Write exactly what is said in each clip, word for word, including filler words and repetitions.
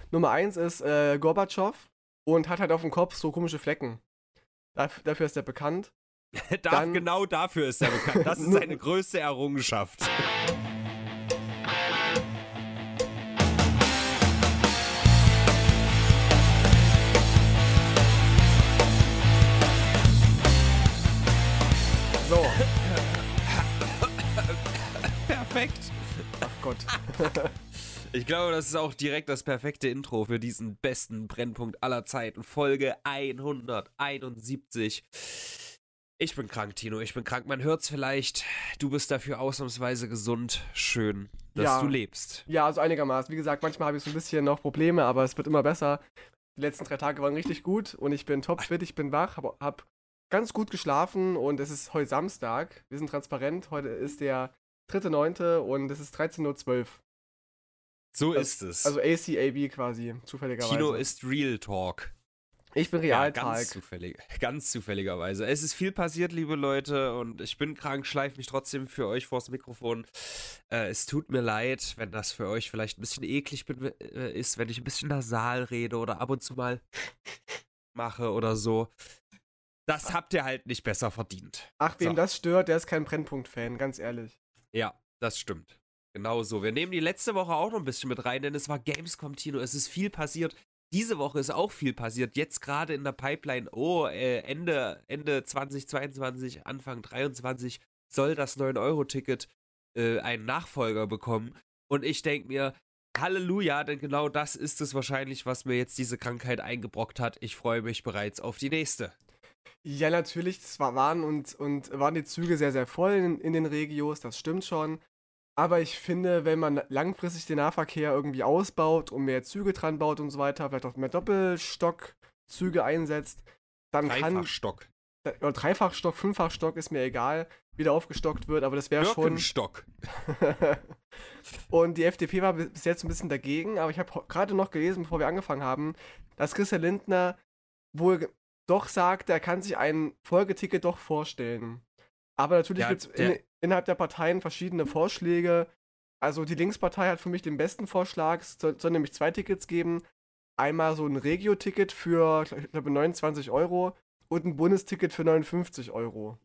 Nummer eins ist äh, Gorbatschow und hat halt auf dem Kopf so komische Flecken. Daf- dafür ist er bekannt. Darf, Dann- genau dafür ist er bekannt. Das ist seine größte Errungenschaft. So, Perfekt. ach Gott. Ich glaube, das ist auch direkt das perfekte Intro für diesen besten Brennpunkt aller Zeiten. Folge hunderteinundsiebzig. Ich bin krank, Tino. Ich bin krank. Man hört's vielleicht. Du bist dafür ausnahmsweise gesund. Schön, dass Ja. du lebst. Ja, also einigermaßen. Wie gesagt, manchmal habe ich so ein bisschen noch Probleme, aber es wird immer besser. Die letzten drei Tage waren richtig gut und ich bin topfit, ich bin wach, habe hab ganz gut geschlafen und es ist heute Samstag. Wir sind transparent. Heute ist der dritte neunte und es ist dreizehn Uhr zwölf. So Das- ist es. Also A C A B quasi, zufälligerweise. Tino ist Real Talk. ich bin Ja, Realtalk. ganz, zufällig, ganz zufälligerweise. Es ist viel passiert, liebe Leute, und ich bin krank, schleife mich trotzdem für euch vors Mikrofon. Äh, es tut mir leid, wenn das für euch vielleicht ein bisschen eklig bin, äh, ist, wenn ich ein bisschen nasal rede oder ab und zu mal mache oder so. Das habt ihr halt nicht besser verdient. Ach, wem So. das stört, der ist kein Brennpunkt-Fan, ganz ehrlich. Ja, das stimmt. Genau so. Wir nehmen die letzte Woche auch noch ein bisschen mit rein, denn es war Gamescom, Tino. Es ist viel passiert. Diese Woche ist auch viel passiert. Jetzt gerade in der Pipeline. Oh, äh, Ende, Ende zweitausendzweiundzwanzig, Anfang dreiundzwanzig soll das neun Euro Ticket äh, einen Nachfolger bekommen. Und ich denke mir, Halleluja, denn genau das ist es wahrscheinlich, was mir jetzt diese Krankheit eingebrockt hat. Ich freue mich bereits auf die nächste. Ja, natürlich, es war, waren und, und waren die Züge sehr, sehr voll in, in den Regios, das stimmt schon. Aber ich finde, wenn man langfristig den Nahverkehr irgendwie ausbaut und mehr Züge dran baut und so weiter, vielleicht auch mehr Doppelstockzüge einsetzt, dann kann. Dreifachstock. Oder Dreifachstock, Fünffachstock ist mir egal, wie der aufgestockt wird, aber das wäre schon. Birkenstock. Und die F D P war bis jetzt ein bisschen dagegen, aber ich habe gerade noch gelesen, bevor wir angefangen haben, dass Christian Lindner wohl ge- doch sagt, er kann sich ein Folgeticket doch vorstellen. Aber natürlich Ja, gibt es der- in, innerhalb der Parteien verschiedene Vorschläge. Also die Linkspartei hat für mich den besten Vorschlag, es soll, soll nämlich zwei Tickets geben. Einmal so ein Regio-Ticket für, ich glaube, neunundzwanzig Euro und ein Bundesticket für neunundfünfzig Euro.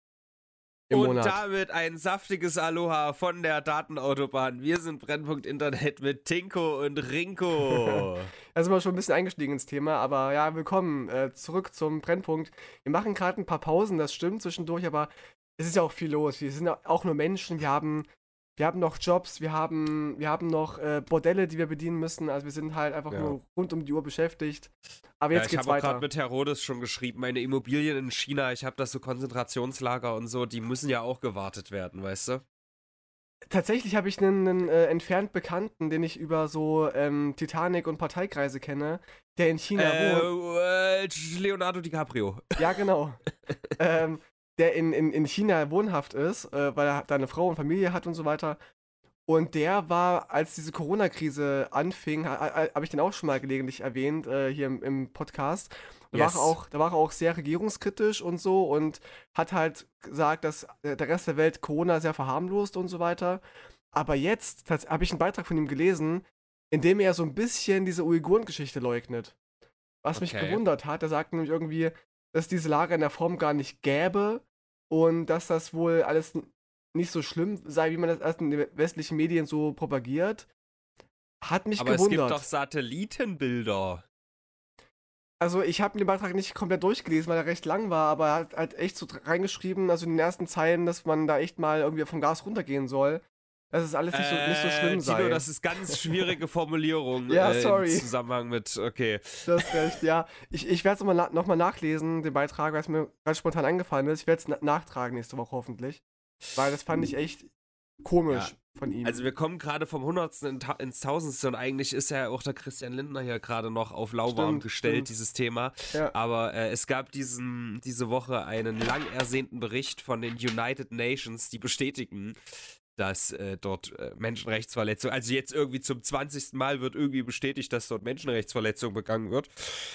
Im Und Monat. damit ein saftiges Aloha von der Datenautobahn. Wir sind Brennpunkt Internet mit Tinko und Rinko. Da sind wir schon ein bisschen eingestiegen ins Thema, aber ja, willkommen äh, zurück zum Brennpunkt. Wir machen gerade ein paar Pausen, das stimmt zwischendurch, aber es ist ja auch viel los. Wir sind ja auch nur Menschen, wir haben, wir haben noch Jobs, wir haben, wir haben noch äh, Bordelle, die wir bedienen müssen. Also wir sind halt einfach Ja. nur rund um die Uhr beschäftigt. Aber Ja, jetzt ich geht's habe auch weiter. gerade mit Herodes schon geschrieben, meine Immobilien in China, ich habe das so Konzentrationslager und so, die müssen ja auch gewartet werden, weißt du? Tatsächlich habe ich einen, einen äh, entfernt Bekannten, den ich über so ähm, Titanic und Parteikreise kenne, der in China wohnt. Äh, äh, Leonardo DiCaprio. Ja, genau. ähm, der in, in, in China wohnhaft ist, äh, weil er da eine Frau und Familie hat und so weiter. Und der war, als diese Corona-Krise anfing, ha, ha, habe ich den auch schon mal gelegentlich erwähnt, äh, hier im, im Podcast. Da, Yes. war er auch, da war er auch sehr regierungskritisch und so und hat halt gesagt, dass äh, der Rest der Welt Corona sehr verharmlost und so weiter. Aber jetzt habe ich einen Beitrag von ihm gelesen, in dem er so ein bisschen diese Uiguren-Geschichte leugnet. Was mich Okay. gewundert hat, er sagt nämlich irgendwie, dass diese Lager in der Form gar nicht gäbe und dass das wohl alles n- nicht so schlimm sei, wie man das erst in den westlichen Medien so propagiert. Hat mich Aber es gibt gewundert. doch Satellitenbilder. Also ich habe den Beitrag nicht komplett durchgelesen, weil er recht lang war, aber er hat halt echt so dr- reingeschrieben, also in den ersten Zeilen, dass man da echt mal irgendwie vom Gas runtergehen soll. Dass es alles nicht so, nicht so schlimm äh, sei. Tino, das ist ganz schwierige Formulierung Ja, äh, sorry. im Zusammenhang mit, okay. Du hast recht, ja. Ich, ich werde es nochmal na, noch mal nachlesen, den Beitrag, weil es mir ganz spontan eingefallen ist. Ich werde es na nachtragen nächste Woche hoffentlich. Weil das fand ich echt komisch Ja. von ihm. Also wir kommen gerade vom Hundertsten in Ta ins Tausendste und eigentlich ist ja auch der Christian Lindner hier gerade noch auf lauwarm Stimmt, gestellt, stimmt. dieses Thema. Ja. Aber äh, es gab diesen, diese Woche einen lang ersehnten Bericht von den United Nations, die bestätigen, dass äh, dort äh, Menschenrechtsverletzungen, also jetzt irgendwie zum zwanzigsten Mal wird irgendwie bestätigt, dass dort Menschenrechtsverletzung begangen wird.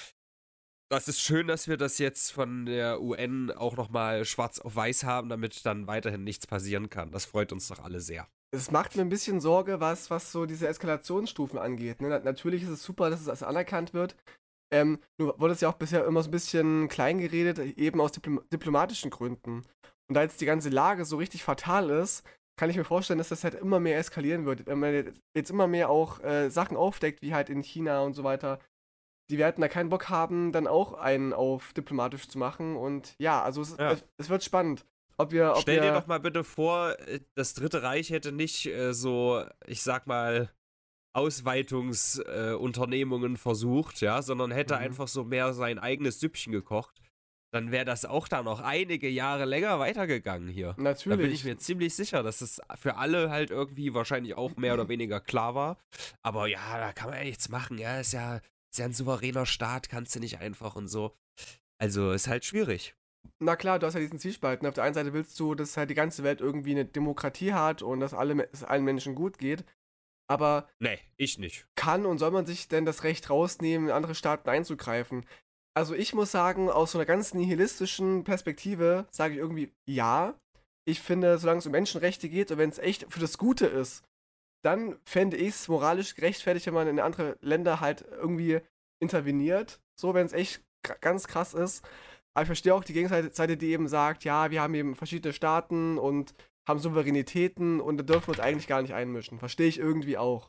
Das ist schön, dass wir das jetzt von der U N auch nochmal schwarz auf weiß haben, damit dann weiterhin nichts passieren kann. Das freut uns doch alle sehr. Es macht mir ein bisschen Sorge, was, was so diese Eskalationsstufen angeht. Ne? Na, natürlich ist es super, dass es als anerkannt wird. Ähm, nur wurde es ja auch bisher immer so ein bisschen klein geredet, eben aus diplom diplomatischen Gründen. Und da jetzt die ganze Lage so richtig fatal ist, kann ich mir vorstellen, dass das halt immer mehr eskalieren wird. Wenn man jetzt immer mehr auch äh, Sachen aufdeckt, wie halt in China und so weiter, die werden da keinen Bock haben, dann auch einen auf diplomatisch zu machen. Und ja, also es, Ja. es, es wird spannend. Ob wir, ob Stell dir wir, doch mal bitte vor, äh, das Dritte Reich hätte nicht äh, so, ich sag mal, Ausweitungsunternehmungen äh, versucht, ja, sondern hätte Mhm. einfach so mehr sein eigenes Süppchen gekocht, dann wäre das auch da noch einige Jahre länger weitergegangen hier. Natürlich. Da bin ich mir ziemlich sicher, dass es für alle halt irgendwie wahrscheinlich auch mehr oder weniger klar war. Aber ja, da kann man ja nichts machen, ja, ist ja, ist ja ein souveräner Staat, kannst du nicht einfach und so. Also ist halt schwierig. Na klar, du hast ja diesen Zwiespalt. Ne? Auf der einen Seite willst du, dass halt die ganze Welt irgendwie eine Demokratie hat und dass alle, es allen Menschen gut geht. Aber Nee, ich nicht. kann und soll man sich denn das Recht rausnehmen, in andere Staaten einzugreifen? Also ich muss sagen, aus so einer ganz nihilistischen Perspektive sage ich irgendwie ja. Ich finde, solange es um Menschenrechte geht und wenn es echt für das Gute ist, dann fände ich es moralisch gerechtfertigt, wenn man in andere Länder halt irgendwie interveniert. So, wenn es echt kr- ganz krass ist. Aber ich verstehe auch die Gegenseite, die eben sagt, ja, wir haben eben verschiedene Staaten und haben Souveränitäten und da dürfen wir uns eigentlich gar nicht einmischen. Verstehe ich irgendwie auch.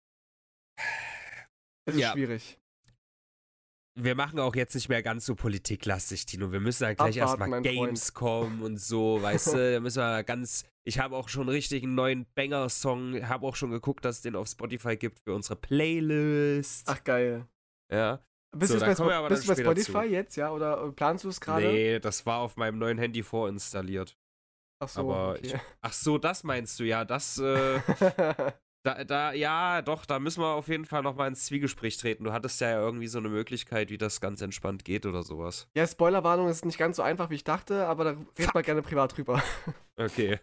Es ist Ja. schwierig. Wir machen auch jetzt nicht mehr ganz so politiklastig, Tino. Wir müssen ja gleich Abwarten, erstmal mein Freund. Gamescom und so, weißt du, da müssen wir ganz. Ich habe auch schon richtig einen neuen Banger-Song, habe auch schon geguckt, dass es den auf Spotify gibt für unsere Playlist. Ach, geil. Ja. Bist So, du da jetzt kommen wir bei, aber bist du dann bei später Spotify zu. jetzt, ja? Oder planst du es gerade? Nee, das war auf meinem neuen Handy vorinstalliert. Ach so, Aber okay. ich, ach so, das meinst du, ja, das, äh, da, da, ja, doch, da müssen wir auf jeden Fall nochmal ins Zwiegespräch treten. Du hattest ja irgendwie so eine Möglichkeit, wie das ganz entspannt geht oder sowas. Ja, Spoilerwarnung ist nicht ganz so einfach, wie ich dachte, aber da redet man gerne privat drüber. Okay.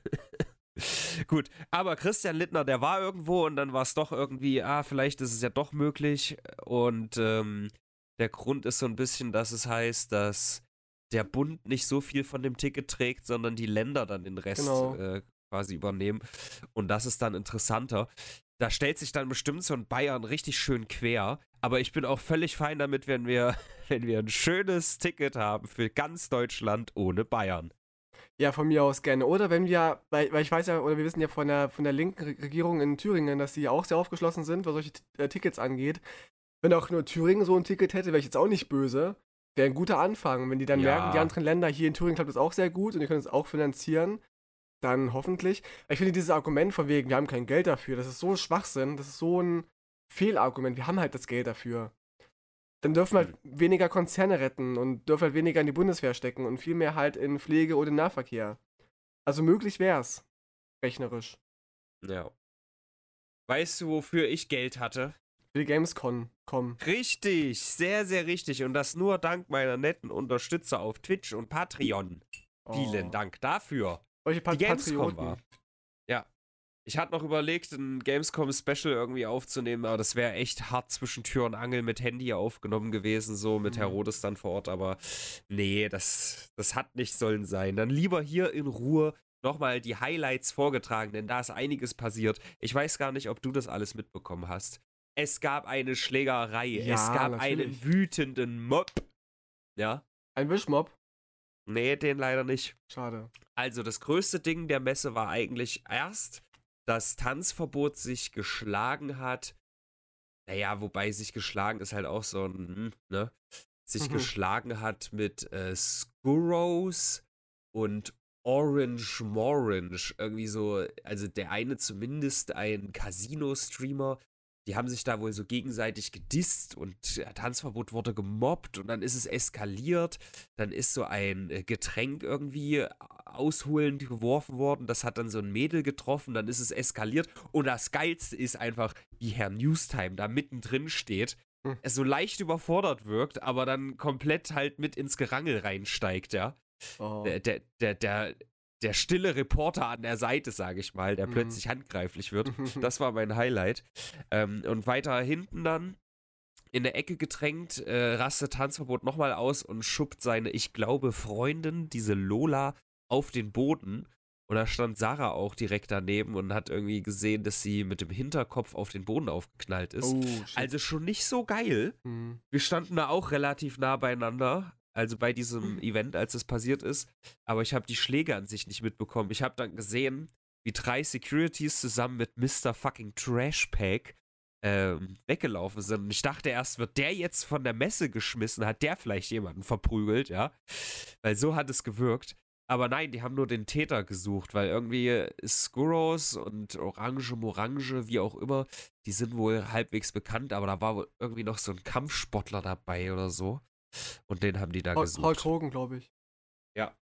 Gut, aber Christian Littner, der war irgendwo und dann war es doch irgendwie, ah, vielleicht ist es ja doch möglich. Und ähm, der Grund ist so ein bisschen, dass es heißt, dass der Bund nicht so viel von dem Ticket trägt, sondern die Länder dann den Rest Genau. äh, quasi übernehmen. Und das ist dann interessanter. Da stellt sich dann bestimmt so ein Bayern richtig schön quer. Aber ich bin auch völlig fein damit, wenn wir, wenn wir ein schönes Ticket haben für ganz Deutschland ohne Bayern. Ja, von mir aus gerne. Oder wenn wir, weil, weil ich weiß ja, oder wir wissen ja von der, von der linken Re- Regierung in Thüringen, dass die auch sehr aufgeschlossen sind, was solche T- äh, Tickets angeht. Wenn auch nur Thüringen so ein Ticket hätte, wäre ich jetzt auch nicht böse. Wäre ein guter Anfang. Wenn die dann Ja. merken, die anderen Länder, hier in Thüringen klappt das auch sehr gut und die können es auch finanzieren, dann hoffentlich. Ich finde dieses Argument von wegen, wir haben kein Geld dafür, das ist so Schwachsinn, das ist so ein Fehlargument. Wir haben halt das Geld dafür. Dann dürfen wir halt weniger Konzerne retten und dürfen halt weniger in die Bundeswehr stecken und viel mehr halt in Pflege oder in Nahverkehr. Also möglich wär's. Rechnerisch. Ja. Weißt du, wofür ich Geld hatte? Für die Gamescom kommen. Richtig, sehr, sehr richtig. Und das nur dank meiner netten Unterstützer auf Twitch und Patreon. Vielen Oh. Dank dafür. Solche Pat Die Gamescom Patrioten. war. Ja. Ich hatte noch überlegt, ein Gamescom-Special irgendwie aufzunehmen, aber das wäre echt hart zwischen Tür und Angel mit Handy aufgenommen gewesen, so mit Mhm. Herodes dann vor Ort. Aber nee, das, das hat nicht sollen sein. Dann lieber hier in Ruhe nochmal die Highlights vorgetragen, denn da ist einiges passiert. Ich weiß gar nicht, ob du das alles mitbekommen hast. Es gab eine Schlägerei. Ja, es gab natürlich. einen wütenden Mob. Ja? Ein Wischmob? Nee, den leider nicht. Schade. Also, das größte Ding der Messe war eigentlich erst, dass Tanzverbot sich geschlagen hat. Naja, wobei sich geschlagen ist halt auch so ein, hm, ne? Sich Mhm. geschlagen hat mit äh, Skurrows und Orange Morange. Irgendwie so, also der eine zumindest ein Casino-Streamer. Die haben sich da wohl so gegenseitig gedisst und äh, Tanzverbot wurde gemobbt und dann ist es eskaliert. Dann ist so ein äh, Getränk irgendwie ausholend geworfen worden. Das hat dann so ein Mädel getroffen, dann ist es eskaliert. Und das Geilste ist einfach, wie Herr Newstime da mittendrin steht, Hm. es so leicht überfordert wirkt, aber dann komplett halt mit ins Gerangel reinsteigt, ja. Oh. Der, der, der, der, der stille Reporter an der Seite, sage ich mal, der Mhm. plötzlich handgreiflich wird. Das war mein Highlight. Ähm, und weiter hinten dann, in der Ecke gedrängt, äh, rastet Tanzverbot nochmal aus und schuppt seine, ich glaube, Freundin, diese Lola, auf den Boden. Und da stand Sarah auch direkt daneben und hat irgendwie gesehen, dass sie mit dem Hinterkopf auf den Boden aufgeknallt ist. Oh, shit. Also schon nicht so geil. Hm. Wir standen da auch relativ nah beieinander, also bei diesem Event, als es passiert ist. Aber ich habe die Schläge an sich nicht mitbekommen. Ich habe dann gesehen, wie drei Securities zusammen mit Mister fucking Trashpack ähm, weggelaufen sind. Und ich dachte erst, wird der jetzt von der Messe geschmissen, hat der vielleicht jemanden verprügelt, ja? Weil so hat es gewirkt. Aber nein, die haben nur den Täter gesucht, weil irgendwie Skuros und Orange Morange, wie auch immer, die sind wohl halbwegs bekannt, aber da war wohl irgendwie noch so ein Kampfsportler dabei oder so. Und den haben die da Hulk, gesucht. Hulk Hogan, glaube ich. Ja.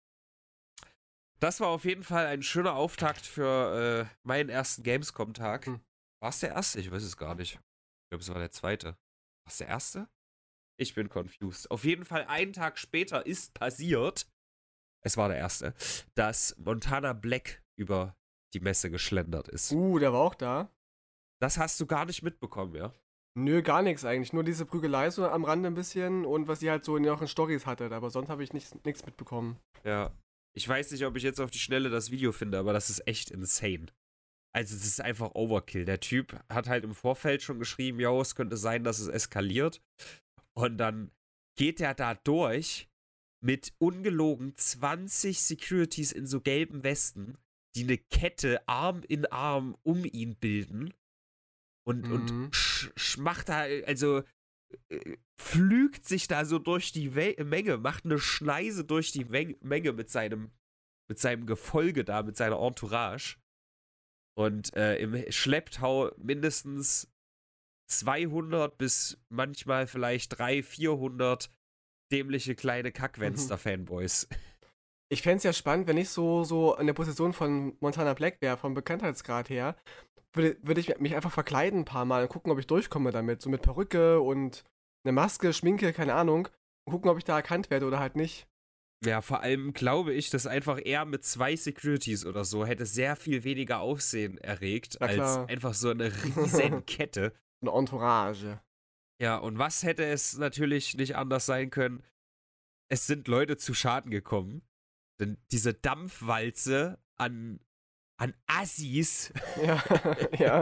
Das war auf jeden Fall ein schöner Auftakt für äh, meinen ersten Gamescom-Tag. Hm. War es der erste? Ich weiß es gar nicht. Ich glaube, es war der zweite. War es der erste? Ich bin confused. Auf jeden Fall einen Tag später ist passiert, es war der erste, dass Montana Black über die Messe geschlendert ist. Uh, der war auch da. Das hast du gar nicht mitbekommen, ja? Nö, gar nichts eigentlich. Nur diese Prügelei so am Rande ein bisschen und was sie halt so in ihren Stories hatte. Aber sonst habe ich nichts mitbekommen. Ja. Ich weiß nicht, ob ich jetzt auf die Schnelle das Video finde, aber das ist echt insane. Also es ist einfach Overkill. Der Typ hat halt im Vorfeld schon geschrieben, jo, es könnte sein, dass es eskaliert. Und dann geht er da durch mit ungelogen zwanzig Securities in so gelben Westen, die eine Kette Arm in Arm um ihn bilden. Und, Mhm. und sch, sch macht da, also äh, pflügt sich da so durch die We Menge, macht eine Schneise durch die We Menge mit seinem, mit seinem Gefolge da, mit seiner Entourage. Und äh, im Schlepptau mindestens zweihundert bis manchmal vielleicht dreihundert, vierhundert dämliche kleine Kackwenster-Fanboys. Ich fände es ja spannend, wenn ich so, so in der Position von Montana Black wäre, vom Bekanntheitsgrad her, würde, würde ich mich einfach verkleiden ein paar Mal und gucken, ob ich durchkomme damit. So mit Perücke und eine Maske, Schminke, keine Ahnung. Und gucken, ob ich da erkannt werde oder halt nicht. Ja, vor allem glaube ich, dass einfach er mit zwei Securities oder so hätte sehr viel weniger Aufsehen erregt, Na als klar. einfach so eine riesen Kette. Eine Entourage. Ja, und was hätte es natürlich nicht anders sein können? Es sind Leute zu Schaden gekommen. Denn diese Dampfwalze an, an Assis, Ja, ja.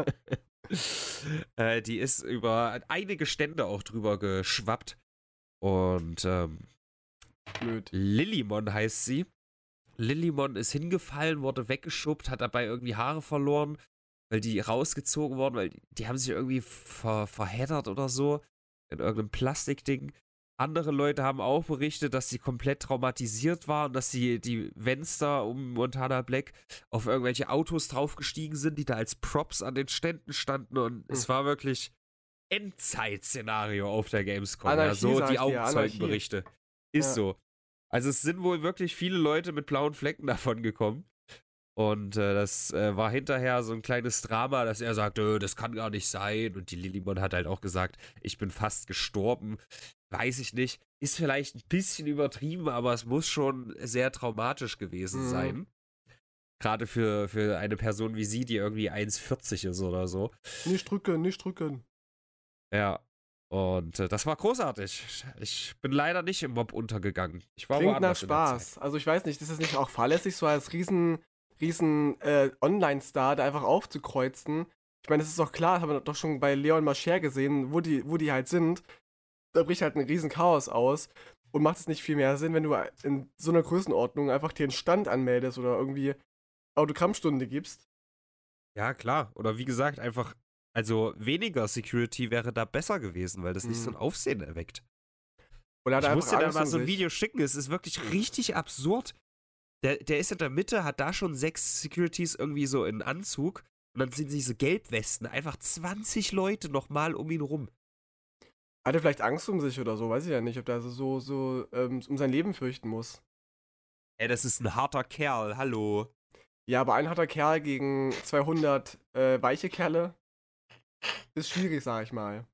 äh, die ist über einige Stände auch drüber geschwappt. Und ähm, Blöd. Lillimon heißt sie. Lillimon ist hingefallen, wurde weggeschubbt, hat dabei irgendwie Haare verloren, weil die rausgezogen wurden, weil die, die haben sich irgendwie ver, verheddert oder so in irgendeinem Plastikding. Andere Leute haben auch berichtet, dass sie komplett traumatisiert waren, dass sie die Fenster um Montana Black auf irgendwelche Autos draufgestiegen sind, die da als Props an den Ständen standen und hm. es war wirklich Endzeit-Szenario auf der Gamescom. Anarchie, ja, so sag die ich dir, Augenzeugenberichte. Ist Ja. so. Also es sind wohl wirklich viele Leute mit blauen Flecken davon gekommen. Und äh, das äh, war hinterher so ein kleines Drama, dass er sagt, äh, das kann gar nicht sein. Und die Lillimon hat halt auch gesagt, ich bin fast gestorben. Weiß ich nicht. Ist vielleicht ein bisschen übertrieben, aber es muss schon sehr traumatisch gewesen Mhm. sein. Gerade für, für eine Person wie sie, die irgendwie eins vierzig ist oder so. Nicht drücken, nicht drücken. Ja. Und äh, das war großartig. Ich bin leider nicht im Mob untergegangen. Ich war Klingt nach woanders in der Zeit. Spaß. Also ich weiß nicht, ist es nicht auch fahrlässig, so als riesen, riesen äh, Online-Star da einfach aufzukreuzen? Ich meine, das ist doch klar, das haben wir doch schon bei Leon Mascher gesehen, wo die, wo die halt sind. Da bricht halt ein riesen Chaos aus. Und macht es nicht viel mehr Sinn, wenn du in so einer Größenordnung einfach dir einen Stand anmeldest oder irgendwie Autogrammstunde gibst? Ja, klar. Oder wie gesagt, einfach, also weniger Security wäre da besser gewesen, weil das nicht so ein Mhm. Aufsehen erweckt. Oder hat Ich er muss einfach dir da Angst mal um so ein sich? Video schicken. Es ist wirklich richtig absurd. Der, der ist in der Mitte, hat da schon sechs Securities irgendwie so in Anzug. Und dann sind diese Gelbwesten, einfach zwanzig Leute nochmal um ihn rum. Hat er vielleicht Angst um sich oder so? Weiß ich ja nicht, ob der so, so ähm, um sein Leben fürchten muss. Ey, das ist ein harter Kerl, hallo. Ja, aber ein harter Kerl gegen zweihundert äh, weiche Kerle ist schwierig, sag ich mal.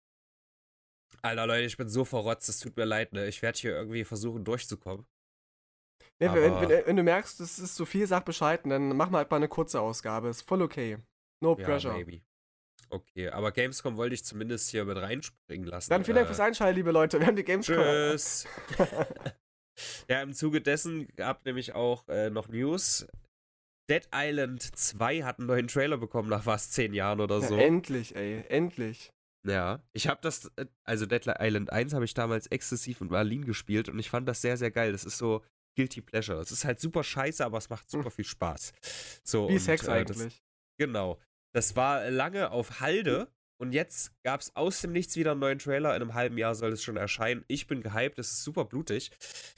Alter, Leute, ich bin so verrotzt, es tut mir leid, ne? Ich werde hier irgendwie versuchen durchzukommen. Nee, wenn, Aber- wenn, wenn du merkst, es ist zu viel, sag Bescheid, dann mach mal halt mal eine kurze Ausgabe. Ist voll okay. No Ja, pressure. maybe. Okay, aber Gamescom wollte ich zumindest hier mit reinspringen lassen. Dann vielen Dank Äh, fürs Einschalten, liebe Leute. Wir haben die Gamescom. Tschüss. Ja, im Zuge dessen gab nämlich auch äh, noch News. Dead Island zwei hat einen neuen Trailer bekommen nach fast zehn Jahren oder Ja, so. endlich, ey, endlich. Ja, ich habe das, äh, also Dead Island eins habe ich damals exzessiv in Berlin gespielt und ich fand das sehr, sehr geil. Das ist so Guilty Pleasure. Es ist halt super scheiße, aber es macht super Hm. viel Spaß. So, Wie und, Sex äh, das, eigentlich. genau. Das war lange auf Halde und jetzt gab es aus dem Nichts wieder einen neuen Trailer. In einem halben Jahr soll es schon erscheinen. Ich bin gehypt, es ist super blutig.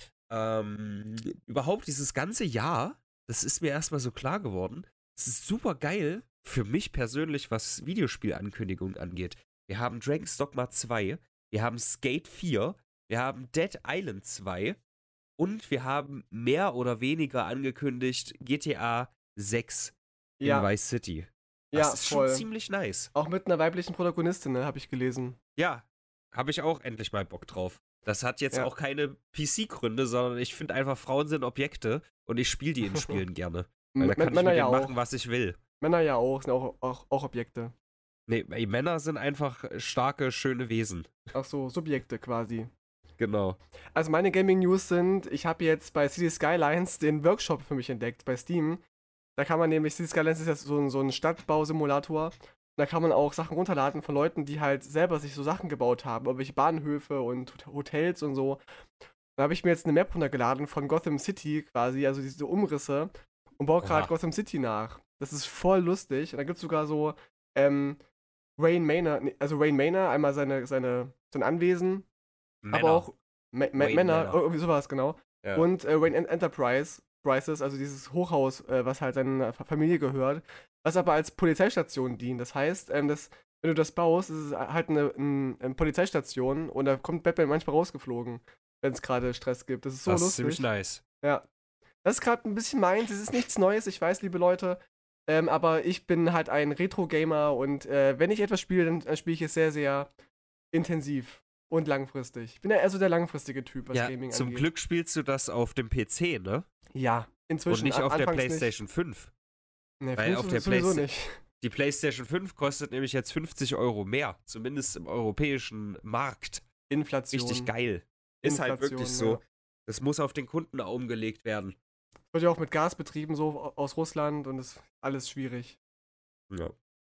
Ähm, überhaupt dieses ganze Jahr, das ist mir erstmal so klar geworden. Es ist super geil für mich persönlich, was Videospielankündigungen angeht. Wir haben Dragon's Dogma zwei, wir haben Skate vier, wir haben Dead Island zwei und wir haben mehr oder weniger angekündigt G T A sechs in Ja, Vice City. ja, Das ist voll. schon ziemlich nice. Auch mit einer weiblichen Protagonistin, ne, habe ich gelesen. Ja, habe ich auch endlich mal Bock drauf. Das hat jetzt Ja. auch keine P C-Gründe, sondern ich finde einfach, Frauen sind Objekte und ich spiele die in Spielen gerne. Weil da M- kann ich Männer mit ja denen machen, auch. was ich will. Männer ja auch, sind auch, auch, auch Objekte. Nee, ey, Männer sind einfach starke, schöne Wesen. Ach so, Subjekte quasi. Genau. Also meine Gaming-News sind, ich habe jetzt bei City Skylines den Workshop für mich entdeckt, bei Steam. Da kann man nämlich, City Skylines ist ja so ein, so ein Stadtbausimulator. Da kann man auch Sachen runterladen von Leuten, die halt selber sich so Sachen gebaut haben, irgendwelche Bahnhöfe und Hot- Hotels und so. Da habe ich mir jetzt eine Map runtergeladen von Gotham City quasi, also diese Umrisse, und baue gerade Oha. Gotham City nach. Das ist voll lustig. Und da gibt es sogar so, ähm, Wayne Manor, nee, also Wayne Manor, einmal seine, seine, sein Anwesen, Männer. aber auch Ma Ma Wayne Männer, Manor. irgendwie sowas, genau. Ja. Und äh, Wayne En- Enterprise, Prices, also dieses Hochhaus, äh, was halt seiner Fa- Familie gehört, was aber als Polizeistation dient. Das heißt, ähm, das, wenn du das baust, ist es halt eine, ein, eine Polizeistation und da kommt Batman manchmal rausgeflogen, wenn es gerade Stress gibt. Das ist so das ist lustig. ziemlich nice. Ja. Das ist gerade ein bisschen meins. Es ist nichts Neues, ich weiß, liebe Leute. Ähm, aber ich bin halt ein Retro-Gamer und äh, wenn ich etwas spiele, dann äh, spiele ich es sehr, sehr intensiv und langfristig. Ich bin ja eher so der langfristige Typ, was Ja, Gaming zum angeht. Glück spielst du das auf dem P C, ne? Ja, inzwischen. Und nicht An- auf der anfangs PlayStation fünf. Nicht. Nee, Weil fünf auf der sowieso Playsta- nicht. Die PlayStation fünf kostet nämlich jetzt fünfzig Euro mehr. Zumindest im europäischen Markt. Inflation. Richtig geil. Ist halt Inflation, wirklich so. ja. Das muss auf den Kunden umgelegt werden. Wird ja auch mit Gas betrieben, so aus Russland und ist alles schwierig. Ja,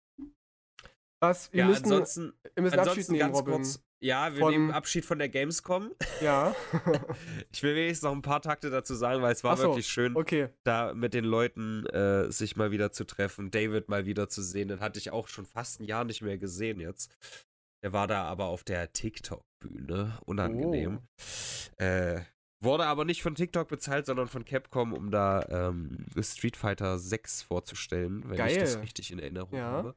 Was? Wir ja müssen, ansonsten, wir müssen Abschied ansonsten nehmen, ganz Robin. kurz. Ja, wir Von- nehmen Abschied von der Gamescom. Ja. Ich will wenigstens noch ein paar Takte dazu sagen, weil es war Ach so, wirklich schön, Okay. da mit den Leuten äh, sich mal wieder zu treffen, David mal wieder zu sehen. Den hatte ich auch schon fast ein Jahr nicht mehr gesehen jetzt. Der war da aber auf der TikTok-Bühne. Unangenehm. Oh. Äh, wurde aber nicht von TikTok bezahlt, sondern von Capcom, um da ähm, Street Fighter sechs vorzustellen, wenn ich das Geil. richtig in Erinnerung Ja. habe.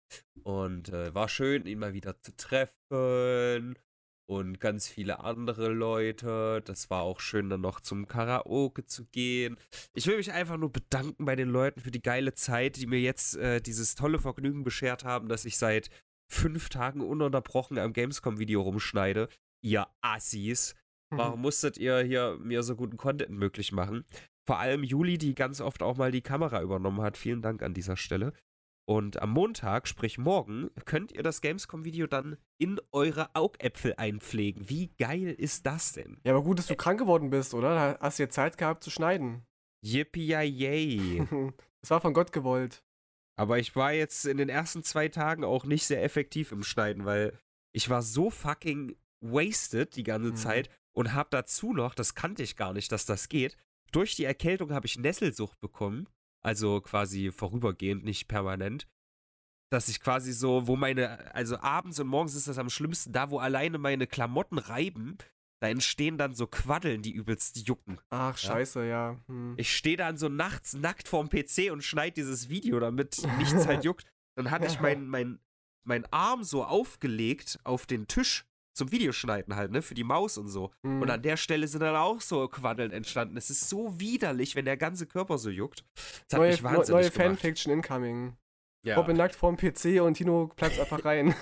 Und äh, war schön, ihn mal wieder zu treffen. Und ganz viele andere Leute. Das war auch schön, dann noch zum Karaoke zu gehen. Ich will mich einfach nur bedanken bei den Leuten für die geile Zeit, die mir jetzt äh, dieses tolle Vergnügen beschert haben, dass ich seit fünf Tagen ununterbrochen am Gamescom-Video rumschneide. Ihr Assis. Warum musstet ihr hier mir so guten Content möglich machen? Vor allem Juli, die ganz oft auch mal die Kamera übernommen hat. Vielen Dank an dieser Stelle. Und am Montag, sprich morgen, könnt ihr das Gamescom-Video dann in eure Augäpfel einpflegen. Wie geil ist das denn? Ja, aber gut, dass du krank geworden bist, oder? Da hast du ja Zeit gehabt zu schneiden. Yippie-yay. Das war von Gott gewollt. Aber ich war jetzt in den ersten zwei Tagen auch nicht sehr effektiv im Schneiden, weil ich war so fucking wasted die ganze Mhm. Zeit und hab dazu noch, das kannte ich gar nicht, dass das geht, durch die Erkältung habe ich Nesselsucht bekommen, also quasi vorübergehend, nicht permanent, dass ich quasi so, wo meine, also abends und morgens ist das am schlimmsten, da wo alleine meine Klamotten reiben, da entstehen dann so Quaddeln, die übelst jucken. Ach, scheiße, ja. Hm. Ich stehe dann so nachts nackt vorm P C und schneide dieses Video, damit nichts halt juckt. Dann hatte ich meinen mein, mein Arm so aufgelegt auf den Tisch zum Videoschneiden halt, ne, für die Maus und so. Hm. Und an der Stelle sind dann auch so Quaddeln entstanden. Es ist so widerlich, wenn der ganze Körper so juckt. Das hat neue mich neu- wahnsinnig neue gemacht. Fanfiction incoming. Ja. Robin nackt vorm P C und Tino platzt einfach rein.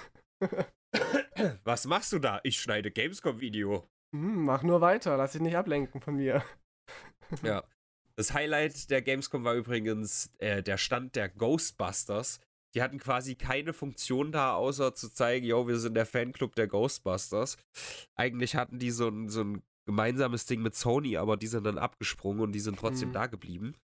Was machst du da? Ich schneide Gamescom-Video. Hm, mach nur weiter, lass dich nicht ablenken von mir. Ja. Das Highlight der Gamescom war übrigens äh, der Stand der Ghostbusters. Die hatten quasi keine Funktion da, außer zu zeigen, yo, wir sind der Fanclub der Ghostbusters. Eigentlich hatten die so ein, so ein gemeinsames Ding mit Sony, aber die sind dann abgesprungen und die sind trotzdem Hm. da geblieben.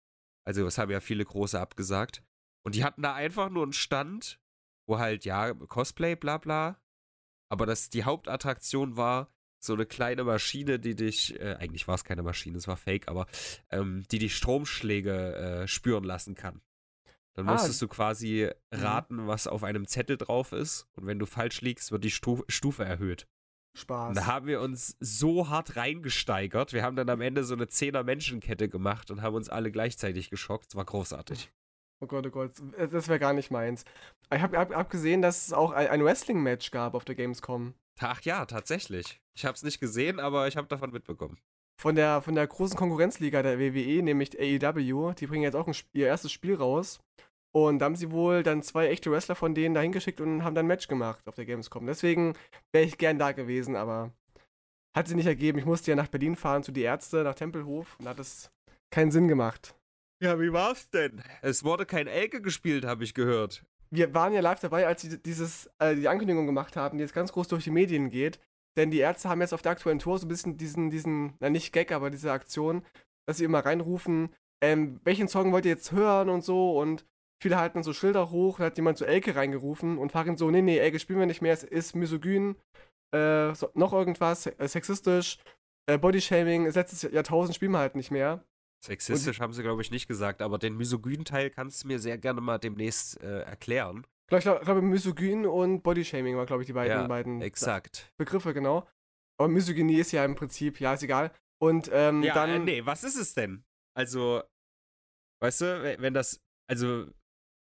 Also es haben ja viele große abgesagt. Und die hatten da einfach nur einen Stand, wo halt, ja, Cosplay, bla bla. Aber das, die Hauptattraktion war so eine kleine Maschine, die dich, äh, eigentlich war es keine Maschine, es war fake, aber ähm, die dich Stromschläge äh, spüren lassen kann. Dann Ah, musstest du quasi mhm. raten, was auf einem Zettel drauf ist. Und wenn du falsch liegst, wird die Stu Stufe erhöht. Und Spaß. da haben wir uns so hart reingesteigert. Wir haben dann am Ende so eine Zehner-Menschenkette gemacht und haben uns alle gleichzeitig geschockt. Es war großartig. Oh Gott, oh Gott, das wäre gar nicht meins. Ich habe hab, hab gesehen, dass es auch ein, ein Wrestling-Match gab auf der Gamescom. Ach ja, tatsächlich. Ich habe es nicht gesehen, aber ich habe davon mitbekommen. Von der, von der großen Konkurrenzliga der W W E, nämlich A E W. Die bringen jetzt auch ein, ihr erstes Spiel raus. Und da haben sie wohl dann zwei echte Wrestler von denen dahin geschickt und haben dann ein Match gemacht auf der Gamescom. Deswegen wäre ich gern da gewesen, aber hat sich nicht ergeben. Ich musste ja nach Berlin fahren zu Die Ärzte, nach Tempelhof. Und da hat es keinen Sinn gemacht. Ja, wie war's denn? Es wurde kein Elke gespielt, habe ich gehört. Wir waren ja live dabei, als sie dieses, äh, die Ankündigung gemacht haben, die jetzt ganz groß durch die Medien geht. Denn die Ärzte haben jetzt auf der aktuellen Tour so ein bisschen diesen, diesen, na nicht Gag, aber diese Aktion, dass sie immer reinrufen, ähm, welchen Song wollt ihr jetzt hören und so. Und viele halten dann so Schilder hoch, da hat jemand so Elke reingerufen und Farin so, nee, nee, Elke spielen wir nicht mehr, es ist misogyn, äh, so, noch irgendwas, äh, sexistisch, äh, Bodyshaming, letztes Jahrtausend spielen wir halt nicht mehr. Sexistisch haben sie, glaube ich, nicht gesagt, aber den misogynen Teil kannst du mir sehr gerne mal demnächst äh, erklären. Ich glaube, glaub, Misogyn und Bodyshaming war, glaube ich, die beiden, Ja, beiden exakt. Begriffe, genau. Aber Misogynie ist ja im Prinzip, ja, ist egal. Und ähm, Ja, dann. äh, nee, was ist es denn? Also, weißt du, wenn- wenn das, also, Ja,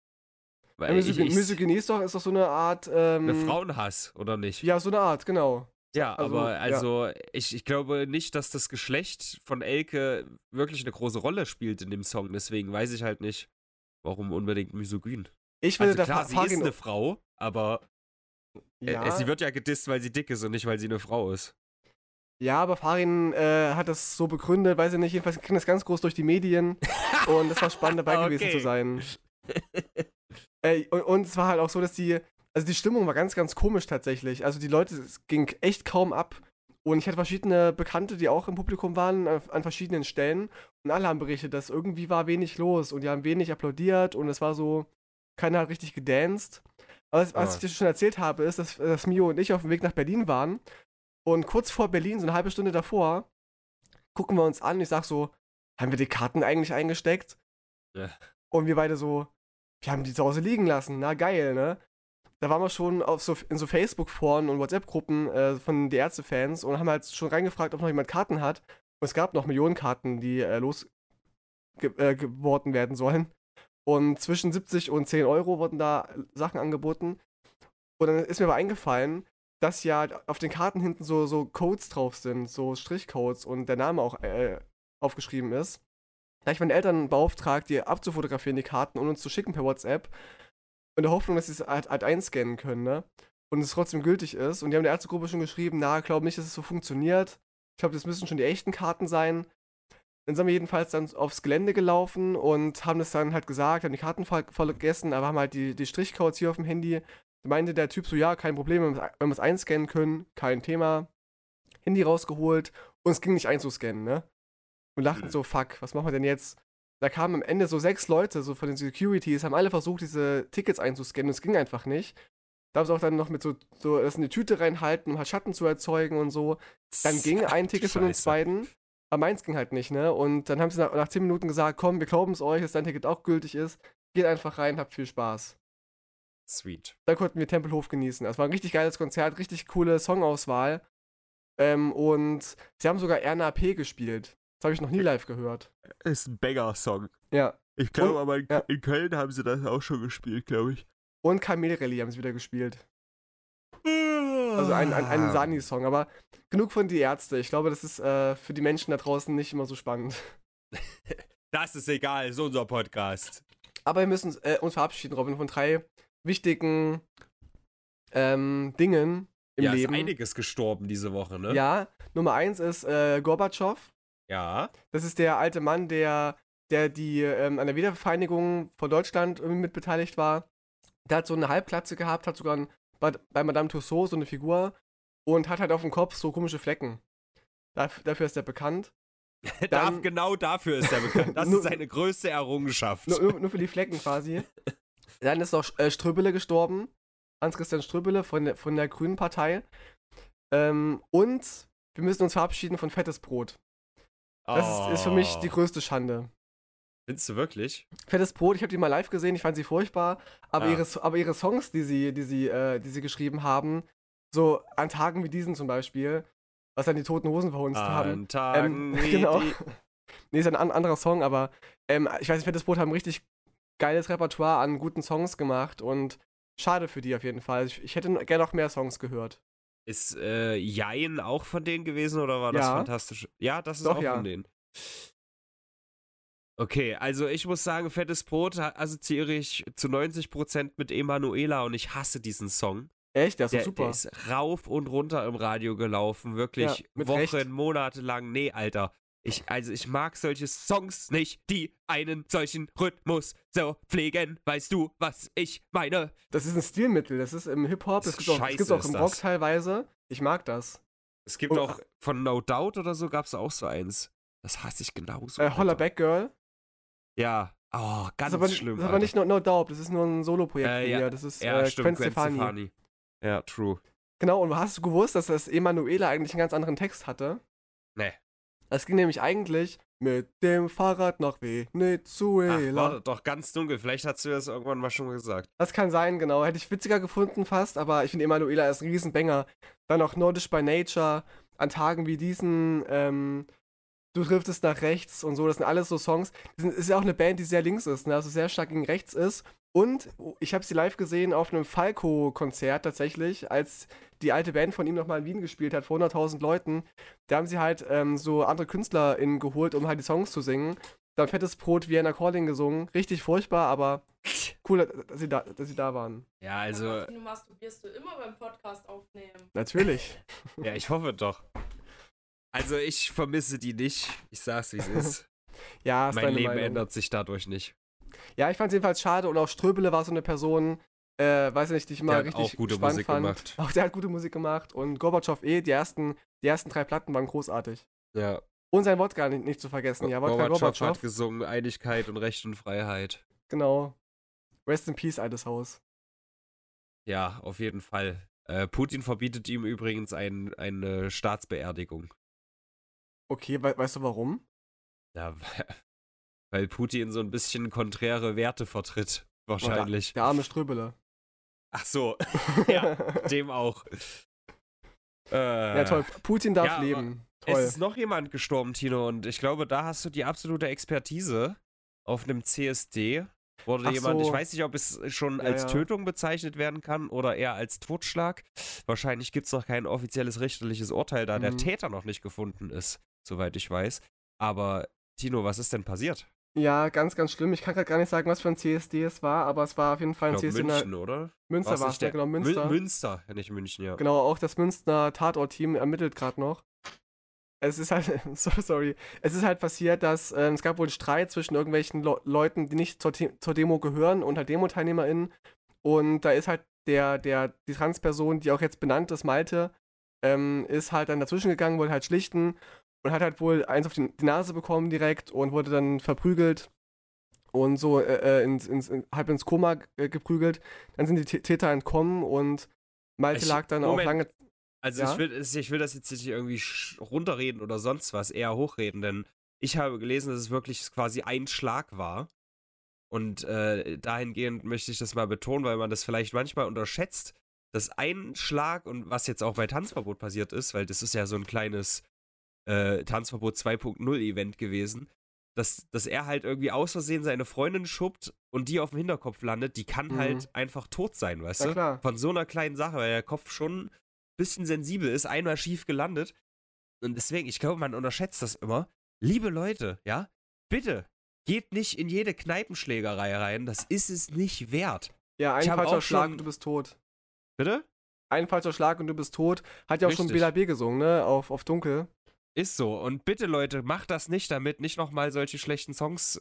weil ich, Misogynie, ich, Misogynie ist doch, ist doch so eine Art. Ähm, eine Frauenhass, oder nicht? Ja, so eine Art, genau. Ja, also, aber ja. also, ich, ich glaube nicht, dass das Geschlecht von Elke wirklich eine große Rolle spielt in dem Song, deswegen weiß ich halt nicht, warum unbedingt misogyn. Ich würde Also da klar, Fa- sie ist Farin. eine Frau, aber äh, Ja, sie wird ja gedisst, weil sie dick ist und nicht, weil sie eine Frau ist. ja, aber Farin äh, hat das so begründet, weiß ich nicht, jedenfalls ging das ganz groß durch die Medien. Und es war spannend dabei Okay. gewesen zu sein. äh, und, und es war halt auch so, dass die. Also die Stimmung war ganz, ganz komisch tatsächlich. Also die Leute, es ging echt kaum ab. Und ich hatte verschiedene Bekannte, die auch im Publikum waren, an, an verschiedenen Stellen. Und alle haben berichtet, dass irgendwie war wenig los. Und die haben wenig applaudiert. Und es war so, keiner hat richtig gedanced. Aber was, was Ah. ich dir schon erzählt habe, ist, dass, dass Mio und ich auf dem Weg nach Berlin waren. Und kurz vor Berlin, so eine halbe Stunde davor, gucken wir uns an. Und ich sag so, haben wir die Karten eigentlich eingesteckt? Ja. Und wir beide so, wir haben die zu Hause liegen lassen. Na geil, ne? Da waren wir schon auf so, in so Facebook-Foren und WhatsApp-Gruppen äh, von die Ärzte-Fans und haben halt schon reingefragt, ob noch jemand Karten hat. Und es gab noch Millionen Karten, die äh, losgeworden äh, werden sollen. Und zwischen siebzig und zehn Euro wurden da Sachen angeboten. Und dann ist mir aber eingefallen, dass ja auf den Karten hinten so, so Codes drauf sind, so Strichcodes und der Name auch äh, aufgeschrieben ist. Da habe ich meine Eltern beauftragt, die abzufotografieren, die Karten, und uns zu schicken per WhatsApp. In der Hoffnung, dass sie es halt, halt einscannen können, ne? Und es trotzdem gültig ist. Und die haben der Ärztegruppe schon geschrieben, na, glaub nicht, dass es so funktioniert. Ich glaube, das müssen schon die echten Karten sein. Dann sind wir jedenfalls dann aufs Gelände gelaufen und haben das dann halt gesagt, haben die Karten ver vergessen, aber haben halt die, die Strichcodes hier auf dem Handy. Da meinte der Typ so, ja, kein Problem, wenn wir es einscannen können, kein Thema. Handy rausgeholt und es ging nicht einzuscannen, ne? Und dachten Mhm. so, fuck, was machen wir denn jetzt? Da kamen am Ende so sechs Leute, so von den Securities, haben alle versucht, diese Tickets einzuscannen und es ging einfach nicht. Da haben sie auch dann noch mit so, so das in die Tüte reinhalten, um halt Schatten zu erzeugen und so. Dann ging ein Ticket von uns Scheiße. beiden, aber meins ging halt nicht, ne? Und dann haben sie nach, nach zehn Minuten gesagt, komm, wir glauben es euch, dass dein Ticket auch gültig ist. Geht einfach rein, habt viel Spaß. Sweet. Da konnten wir Tempelhof genießen. Das war ein richtig geiles Konzert, richtig coole Songauswahl. Ähm, und sie haben sogar Erna P. gespielt. Das habe ich noch nie live gehört. Ist ein Banger-Song. Ja. Ich glaube, glaube, aber in, ja. in Köln haben sie das auch schon gespielt, glaube ich. Und Kamelrally haben sie wieder gespielt. Also ein, ein, ein Sani-Song. Aber genug von Die Ärzte. Ich glaube, das ist äh, für die Menschen da draußen nicht immer so spannend. Das ist egal, ist unser Podcast. Aber wir müssen äh, uns verabschieden, Robin, von drei wichtigen ähm, Dingen im Ja, Leben. ist einiges gestorben diese Woche, ne? Ja, Nummer eins ist äh, Gorbatschow. Ja. Das ist der alte Mann, der, der die ähm, an der Wiedervereinigung von Deutschland irgendwie mit beteiligt war. Der hat so eine Halbglatze gehabt, hat sogar ein, bei, bei Madame Tussauds so eine Figur und hat halt auf dem Kopf so komische Flecken. Daf, dafür ist er bekannt. Darf, genau dafür ist er bekannt. Das nur, ist seine größte Errungenschaft. Nur, nur für die Flecken quasi. Dann ist noch äh, Ströbele gestorben. Hans-Christian Ströbele von der, von der Grünen Partei. Ähm, und wir müssen uns verabschieden von Fettes Brot. Das oh. ist, ist für mich die größte Schande. Findest du wirklich? Fettes Brot, ich habe die mal live gesehen, ich fand sie furchtbar, aber, ah. ihre, aber ihre Songs, die sie, die, sie, äh, die sie geschrieben haben, so an Tagen wie diesen zum Beispiel, was dann die Toten Hosen verhunzt an haben. An Tagen ähm, wie genau. die... Nee, ist ein an, anderer Song, aber ähm, ich weiß nicht, Fettes Brot haben richtig geiles Repertoire an guten Songs gemacht und schade für die auf jeden Fall. Ich, ich hätte gerne noch mehr Songs gehört. Ist äh, Jein auch von denen gewesen oder war das ja. fantastisch? Ja, das ist Doch, auch ja. von denen. Okay, also ich muss sagen, Fettes Brot assoziiere ich zu neunzig Prozent mit Emanuela und ich hasse diesen Song. Echt? Der ist der, so super. Der ist rauf und runter im Radio gelaufen, wirklich ja, Wochen, Recht. Monate lang. Nee, Alter. Ich, also ich mag solche Songs nicht, die einen solchen Rhythmus so pflegen. Weißt du, was ich meine? Das ist ein Stilmittel, das ist im Hip-Hop, das gibt es auch im Rock teilweise. Ich mag das. Es gibt und, auch, von No Doubt oder so gab es auch so eins. Das hasse ich genauso. Äh, Holla Back Girl. Ja, oh, ganz das ist aber, schlimm. Das ist aber nicht No, no Doubt, das ist nur ein Solo-Projekt äh, von ja, mir. Das ist ja, äh, stimmt, Gwen Gwen Stefani. Stefani. Ja, true. Genau, und hast du gewusst, dass das Emanuela eigentlich einen ganz anderen Text hatte? Nee. Es ging nämlich eigentlich mit dem Fahrrad nach Venezuela. Ach, war doch ganz dunkel. Vielleicht hast du das irgendwann mal schon gesagt. Das kann sein, genau. Hätte ich witziger gefunden fast, aber ich finde Emanuela ist ein Riesenbanger. Dann auch Nordisch by Nature, an Tagen wie diesen, ähm, Du driftest nach rechts und so. Das sind alles so Songs. Das ist ja auch eine Band, die sehr links ist, ne? Also sehr stark gegen rechts ist. Und ich habe sie live gesehen auf einem Falco-Konzert tatsächlich, als die alte Band von ihm nochmal in Wien gespielt hat, vor hunderttausend Leuten. Da haben sie halt ähm, so andere KünstlerInnen geholt, um halt die Songs zu singen. Dann Fettes Brot, Vienna Calling gesungen. Richtig furchtbar, aber cool, dass sie da, dass sie da waren. Ja, also... Du masturbierst du immer beim Podcast aufnehmen. Natürlich. Ja, ich hoffe doch. Also ich vermisse die nicht. Ich sag's, wie es ist. Ja, ist mein Leben Meinung. ändert sich dadurch nicht. Ja, ich fand's jedenfalls schade und auch Ströbele war so eine Person, äh, weiß nicht, die ich immer der richtig auch gute spannend Musik fand. Gemacht. Auch der hat gute Musik gemacht und Gorbatschow eh, die ersten, die ersten drei Platten waren großartig. Ja. Und sein Wodka nicht, nicht zu vergessen. Ja, Wodka Gorbatschow, Gorbatschow hat gesungen Einigkeit und Recht und Freiheit. Genau. Rest in Peace, altes Haus. Ja, auf jeden Fall. Äh, Putin verbietet ihm übrigens ein, eine Staatsbeerdigung. Okay, we weißt du warum? Ja, weil Putin so ein bisschen konträre Werte vertritt, wahrscheinlich. Oh, der, der arme Ströbele. Ach so, ja, dem auch. Äh, ja, toll. Putin darf ja, leben. Toll. Es ist noch jemand gestorben, Tino, und ich glaube, da hast du die absolute Expertise. Auf einem C S D wurde Ach jemand, so. ich weiß nicht, ob es schon Ja, als ja. Tötung bezeichnet werden kann oder eher als Totschlag. Wahrscheinlich gibt es noch kein offizielles richterliches Urteil, da Mhm. der Täter noch nicht gefunden ist, soweit ich weiß. Aber, Tino, was ist denn passiert? Ja, ganz, ganz schlimm. Ich kann gerade gar nicht sagen, was für ein C S D es war, aber es war auf jeden Fall ein Ich C glaub, S D. München, oder? Münster War's war nicht es, ja, der- genau, Münster. Mün- Münster, ja, nicht München, ja. Genau, auch das Münchner Tatort-Team ermittelt gerade noch. Es ist halt, so, sorry, es ist halt passiert, dass ähm, es gab wohl einen Streit zwischen irgendwelchen Le Leuten, die nicht zur, The zur Demo gehören und halt DemoteilnehmerInnen. Und da ist halt der, der, die Transperson, die auch jetzt benannt ist, Malte, ähm, ist halt dann dazwischen gegangen, wollte halt schlichten und hat halt wohl eins auf die, die Nase bekommen direkt und wurde dann verprügelt und so äh, ins, ins, in, halb ins Koma äh, geprügelt. Dann sind die T Täter entkommen und Malte Ich- lag dann Moment. auch lange. Also Ja? ich, will, ich will das jetzt nicht irgendwie sch- runterreden oder sonst was, eher hochreden, denn ich habe gelesen, dass es wirklich quasi ein Schlag war. Und äh, dahingehend möchte ich das mal betonen, weil man das vielleicht manchmal unterschätzt, dass ein Schlag und was jetzt auch bei Tanzverbot passiert ist, weil das ist ja so ein kleines äh, Tanzverbot zwei Punkt null Event gewesen, dass, dass er halt irgendwie aus Versehen seine Freundin schubbt und die auf dem Hinterkopf landet, die kann Mhm. halt einfach tot sein, weißt Na du? klar. Von so einer kleinen Sache, weil der Kopf schon ein bisschen sensibel ist, einmal schief gelandet. Und deswegen, ich glaube, man unterschätzt das immer. Liebe Leute, ja, bitte, geht nicht in jede Kneipenschlägerei rein, das ist es nicht wert. Ja, ein Ich hab falscher auch Schlag schon- und du bist tot. Bitte? Ein falscher Schlag und du bist tot. Hat ja auch schon Richtig. Bela B. gesungen, ne? Auf, auf Dunkel. Ist so. Und bitte, Leute, macht das nicht damit, nicht nochmal solche schlechten Songs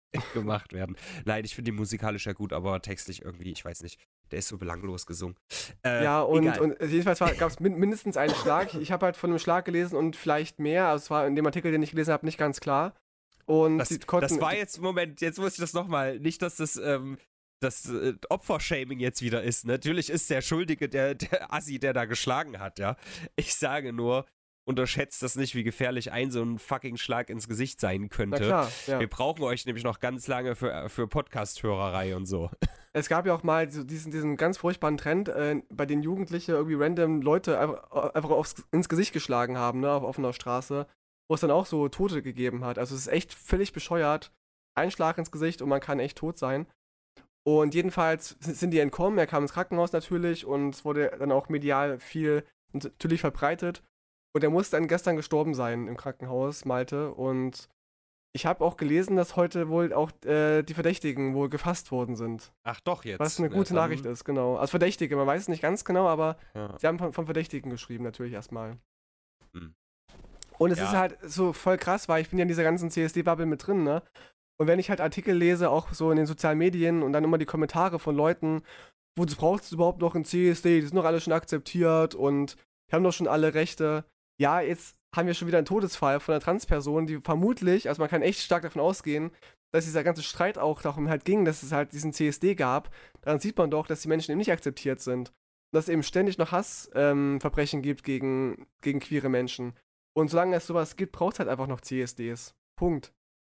gemacht werden. Nein, ich finde die musikalisch ja gut, aber textlich irgendwie, ich weiß nicht, der ist so belanglos gesungen. Äh, Ja, und, egal. und jedenfalls gab es min mindestens einen Schlag. Ich habe halt von einem Schlag gelesen und vielleicht mehr. Also es war in dem Artikel, den ich gelesen habe, nicht ganz klar. Und Das, die konnten, das war jetzt, Moment, jetzt muss ich das nochmal, nicht, dass das, ähm, das äh, Opfershaming jetzt wieder ist. Natürlich ist der Schuldige der, der Assi, der da geschlagen hat, ja. Ich sage nur, unterschätzt das nicht, wie gefährlich ein so ein fucking Schlag ins Gesicht sein könnte. Na klar, ja. Wir brauchen euch nämlich noch ganz lange für, für Podcast-Hörerei und so. Es gab ja auch mal so diesen, diesen ganz furchtbaren Trend, äh, bei den Jugendliche irgendwie random Leute einfach, einfach aufs, ins Gesicht geschlagen haben, ne, auf offener Straße, wo es dann auch so Tote gegeben hat. Also es ist echt völlig bescheuert. Ein Schlag ins Gesicht und man kann echt tot sein. Und jedenfalls sind die entkommen, er kam ins Krankenhaus natürlich und es wurde dann auch medial viel natürlich verbreitet. Und er muss dann gestern gestorben sein im Krankenhaus, Malte. Und ich habe auch gelesen, dass heute wohl auch äh, die Verdächtigen wohl gefasst worden sind. Ach doch, jetzt. Was eine gute ja, Nachricht ist, genau. Also Verdächtige, man weiß es nicht ganz genau, aber Ja. sie haben von, von Verdächtigen geschrieben, natürlich erstmal. Hm. Und es Ja. ist halt so voll krass, weil ich bin ja in dieser ganzen C S D-Bubble mit drin, ne? Und wenn ich halt Artikel lese, auch so in den sozialen Medien und dann immer die Kommentare von Leuten, wozu braucht es überhaupt noch ein C S D? Die sind doch alle schon akzeptiert und die haben doch schon alle Rechte. Ja, jetzt haben wir schon wieder einen Todesfall von einer Transperson, die vermutlich, also man kann echt stark davon ausgehen, dass dieser ganze Streit auch darum halt ging, dass es halt diesen C S D gab. Daran sieht man doch, dass die Menschen eben nicht akzeptiert sind. Und dass es eben ständig noch Hassverbrechen ähm, gibt gegen, gegen queere Menschen. Und solange es sowas gibt, braucht es halt einfach noch C S Ds. Punkt.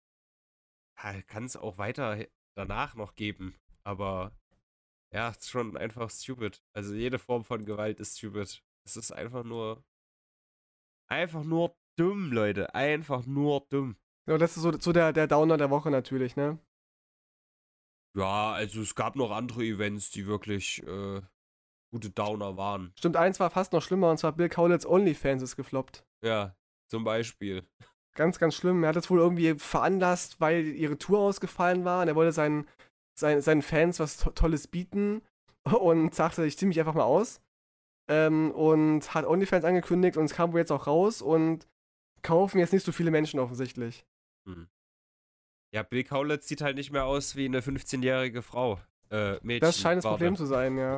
Ja, kann es auch weiter danach noch geben, aber ja, ist schon einfach stupid. Also jede Form von Gewalt ist stupid. Es ist einfach nur, einfach nur dumm, Leute. Einfach nur dumm. Ja, das ist so, so der, der Downer der Woche natürlich, ne? Ja, also es gab noch andere Events, die wirklich äh, gute Downer waren. Stimmt, eins war fast noch schlimmer, und zwar Bill Kaulitz OnlyFans ist gefloppt. Ja, zum Beispiel. Ganz, ganz schlimm. Er hat das wohl irgendwie veranlasst, weil ihre Tour ausgefallen war und er wollte seinen, seinen, seinen Fans was to Tolles bieten und sagte, ich zieh mich einfach mal aus. Ähm, und hat OnlyFans angekündigt und es kam wohl jetzt auch raus und kaufen jetzt nicht so viele Menschen offensichtlich. Hm. Ja, Bill Kaulitz sieht halt nicht mehr aus wie eine fünfzehnjährige Frau. Äh, Mädchen. Das scheint das Warte. Problem zu sein, ja.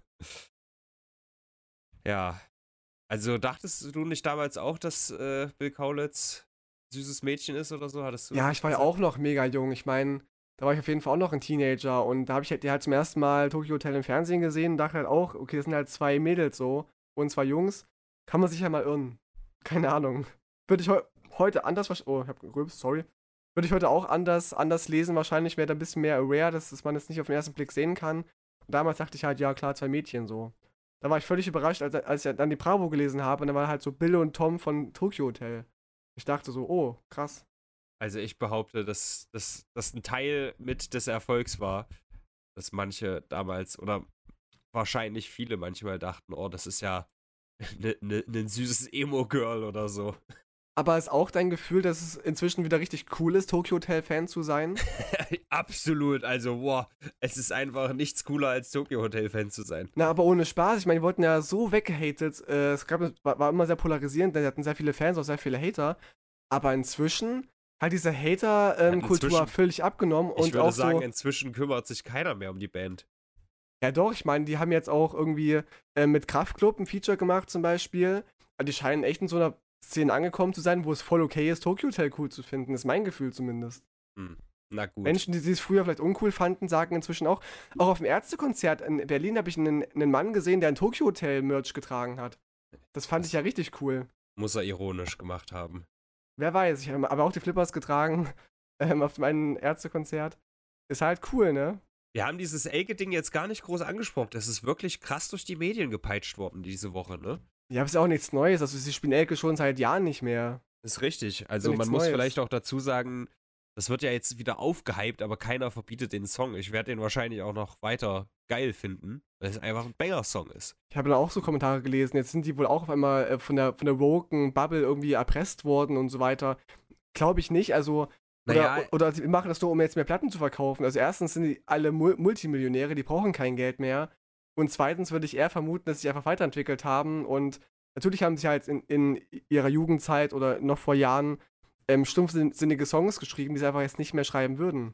Ja. Also dachtest du nicht damals auch, dass äh, Bill Kaulitz ein süßes Mädchen ist oder so? Hattest du Ja, das ich war ja gesagt? auch noch mega jung. Ich meine, da war ich auf jeden Fall auch noch ein Teenager und da habe ich halt, die halt zum ersten Mal Tokyo Hotel im Fernsehen gesehen und dachte halt auch, okay, das sind halt zwei Mädels so und zwei Jungs. Kann man sich ja mal irren. Keine Ahnung. Würde ich heu heute anders, wahrsch- oh, ich hab gerülpst, sorry. Würde ich heute auch anders, anders lesen, wahrscheinlich wäre da ein bisschen mehr aware, dass, dass man es nicht auf den ersten Blick sehen kann. Und damals dachte ich halt, ja klar, zwei Mädchen so. Da war ich völlig überrascht, als, als ich dann die Bravo gelesen habe und da war halt so Bill und Tom von Tokyo Hotel. Ich dachte so, oh, krass. Also ich behaupte, dass das ein Teil mit des Erfolgs war, dass manche damals oder wahrscheinlich viele manchmal dachten, oh, das ist ja ein ne, ne süßes Emo-Girl oder so. Aber ist auch dein Gefühl, dass es inzwischen wieder richtig cool ist, Tokyo Hotel-Fan zu sein? Absolut, also wow, es ist einfach nichts cooler als Tokyo Hotel-Fan zu sein. Na, aber ohne Spaß. Ich meine, die wurden ja so weggehatet. Äh, es gab, war, war immer sehr polarisierend, denn die hatten sehr viele Fans, auch sehr viele Hater. Aber inzwischen hat diese Hater-Kultur inzwischen- völlig abgenommen. Ich Und würde auch sagen, so, inzwischen kümmert sich keiner mehr um die Band. ja doch, ich meine, die haben jetzt auch irgendwie äh, mit Kraftklub ein Feature gemacht zum Beispiel. Also die scheinen echt in so einer Szene angekommen zu sein, wo es voll okay ist, Tokyo Hotel cool zu finden. Ist mein Gefühl zumindest. Hm. Na gut. Menschen, die es früher vielleicht uncool fanden, sagen inzwischen auch, auch auf dem Ärztekonzert in Berlin habe ich einen, einen Mann gesehen, der ein Tokyo Hotel Merch getragen hat. Das fand ich ja richtig cool. Muss er ironisch gemacht haben. Wer weiß, ich habe aber auch die Flippers getragen ähm, auf meinem Ärztekonzert. Ist halt cool, ne? Wir haben dieses Elke-Ding jetzt gar nicht groß angesprochen. Das ist wirklich krass durch die Medien gepeitscht worden diese Woche, ne? Ja, aber ist ja auch nichts Neues. Also sie spielen Elke schon seit Jahren nicht mehr. Ist richtig. Also nichts man muss Neues. vielleicht auch dazu sagen, das wird ja jetzt wieder aufgehypt, aber keiner verbietet den Song. Ich werde den wahrscheinlich auch noch weiter geil finden, weil es einfach ein Banger-Song ist. Ich habe da auch so Kommentare gelesen. Jetzt sind die wohl auch auf einmal äh, von der, von der woken Bubble irgendwie erpresst worden und so weiter. Glaube ich nicht. Also Oder, Naja, oder sie machen das nur, um jetzt mehr Platten zu verkaufen. Also erstens sind die alle Mul Multimillionäre, die brauchen kein Geld mehr. Und zweitens würde ich eher vermuten, dass sie sich einfach weiterentwickelt haben. Und natürlich haben sie halt in, in ihrer Jugendzeit oder noch vor Jahren ähm, stumpfsinnige Songs geschrieben, die sie einfach jetzt nicht mehr schreiben würden.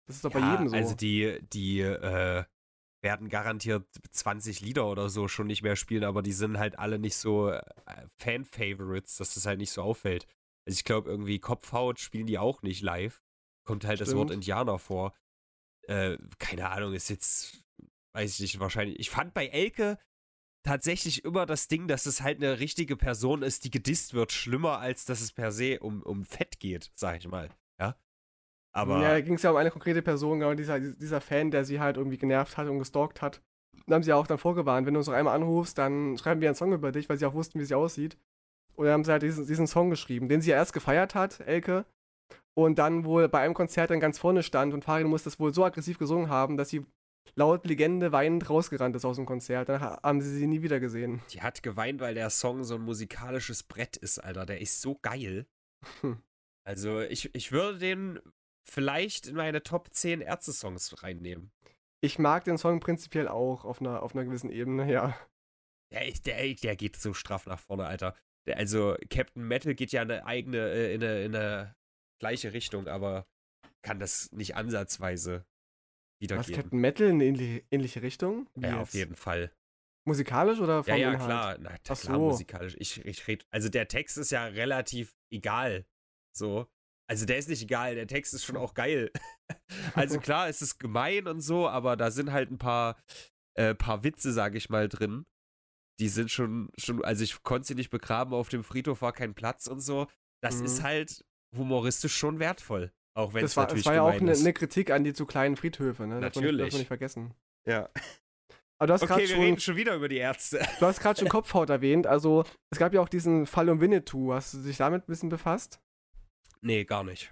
Das ist doch Ja, bei jedem so. also die, die äh, werden garantiert zwanzig Lieder oder so schon nicht mehr spielen, aber die sind halt alle nicht so äh, Fan-Favorites, dass das halt nicht so auffällt. Also ich glaube, irgendwie Kopfhaut spielen die auch nicht live. Kommt halt das Wort Stimmt. Indianer vor. Äh, keine Ahnung, ist jetzt, weiß ich nicht, wahrscheinlich. Ich fand bei Elke tatsächlich immer das Ding, dass es halt eine richtige Person ist, die gedisst wird, schlimmer, als dass es per se um, um Fett geht, sag ich mal. Ja. Aber. Ja, da ging es ja um eine konkrete Person, genau, dieser, dieser Fan, der sie halt irgendwie genervt hat und gestalkt hat. Dann haben sie ja auch dann vorgewarnt, wenn du uns noch einmal anrufst, dann schreiben wir einen Song über dich, weil sie auch wussten, wie sie aussieht. Und dann haben sie halt diesen, diesen Song geschrieben, den sie ja erst gefeiert hat, Elke. Und dann wohl bei einem Konzert dann ganz vorne stand und Farin muss das wohl so aggressiv gesungen haben, dass sie laut Legende weinend rausgerannt ist aus dem Konzert. Dann haben sie sie nie wieder gesehen. Die hat geweint, weil der Song so ein musikalisches Brett ist, Alter. Der ist so geil. Hm. Also ich, ich würde den vielleicht in meine Top zehn Ärzte-Songs reinnehmen. Ich mag den Song prinzipiell auch auf einer, auf einer gewissen Ebene, ja. Der, ist- der, der geht so straff nach vorne, Alter. Der, also Captain Metal geht ja in eine eigene, äh, in eine, in eine gleiche Richtung, aber kann das nicht ansatzweise Was, wiedergeben. Captain Metal in eine ähnliche, ähnliche Richtung? Wie Ja, jetzt? auf jeden Fall. Musikalisch oder Ja, vom ja, Inhalt? klar. Na, Ach klar, so. musikalisch. Ich, ich red, also der Text ist ja relativ egal. So. Also der ist nicht egal, der Text ist schon auch geil. Also klar, es ist gemein und so, aber da sind halt ein paar, äh, paar Witze, sag ich mal, drin. Die sind schon, schon, also ich konnte sie nicht begraben, auf dem Friedhof war kein Platz und so. Das Mhm. ist halt humoristisch schon wertvoll. Auch wenn es Das war, natürlich das war ja auch gemein eine, ist. eine Kritik an die zu kleinen Friedhöfe, ne? Darf man nicht, darf Natürlich. man nicht vergessen. Ja. Aber du hast Okay, gerade wir schon, reden schon wieder über die Ärzte. du hast gerade schon Kopfhaut erwähnt. Also es gab ja auch diesen Fall um Winnetou. Hast du dich damit ein bisschen befasst? Nee, gar nicht.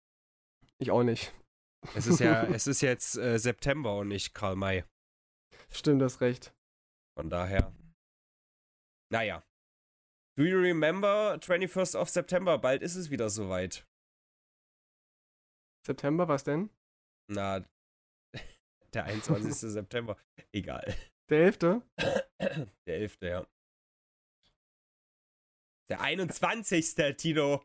Ich auch nicht. Es ist ja, es ist jetzt äh, September und nicht Karl May. Stimmt, das recht. Von daher. Naja. Do you remember twenty-first of September? Bald ist es wieder soweit. September, was denn? Na, der einundzwanzigste September. Egal. Der elfte? Der elfte, ja. Der einundzwanzigste, Tino.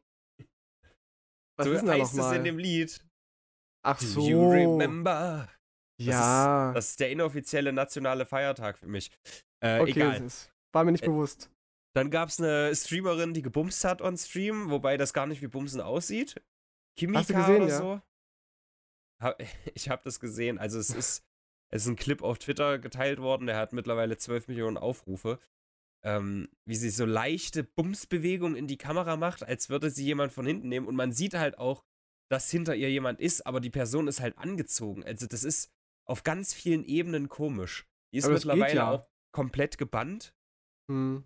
Was so ist denn da heißt es in nochmal? dem Lied. Ach Do so. you remember? Ja. Das ist der inoffizielle nationale Feiertag für mich. Äh, okay, egal. das ist, war mir nicht Ä- bewusst. Dann gab es eine Streamerin, die gebumst hat on Stream, wobei das gar nicht wie Bumsen aussieht. Kimika Hast du gesehen, oder ja? so. Ha- Ich habe das gesehen. Also es ist, es ist ein Clip auf Twitter geteilt worden, der hat mittlerweile zwölf Millionen Aufrufe. Ähm, wie sie so leichte Bumsbewegungen in die Kamera macht, als würde sie jemand von hinten nehmen. Und man sieht halt auch, dass hinter ihr jemand ist, aber die Person ist halt angezogen. Also das ist auf ganz vielen Ebenen komisch. Die ist Aber das geht mittlerweile ja. auch komplett gebannt. Hm.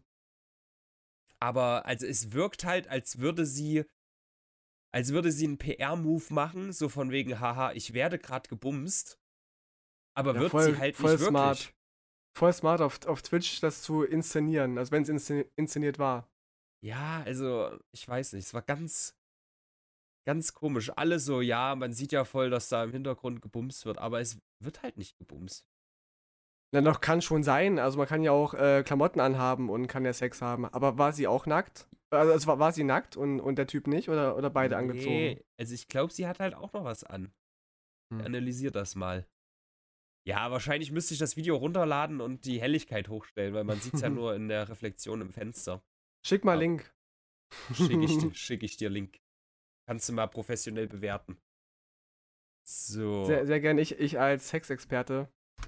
Aber also es wirkt halt, als würde sie, als würde sie einen P R-Move machen, so von wegen, haha, ich werde gerade gebumst. Aber Ja, wird voll- sie halt voll nicht wirklich. smart. Voll smart auf, auf Twitch, das zu inszenieren, also wenn es inszeni- inszeniert war. Ja, also, ich weiß nicht, es war ganz, ganz komisch. Alle so, ja, man sieht ja voll, dass da im Hintergrund gebumst wird, aber es wird halt nicht gebumst. Na, doch kann schon sein. Also man kann ja auch äh, Klamotten anhaben und kann ja Sex haben. Aber war sie auch nackt? Also, also war, war sie nackt und, und der Typ nicht? Oder, oder beide angezogen? Nee, also ich glaube, sie hat halt auch noch was an. Hm. Analysier das mal. Ja, wahrscheinlich müsste ich das Video runterladen und die Helligkeit hochstellen, weil man sieht es ja nur in der Reflexion im Fenster. Schick mal Ja. Link. Schicke ich, dir- schick ich dir Link. Kannst du mal professionell bewerten. So, Sehr, sehr gern. Ich, ich als Sexexperte.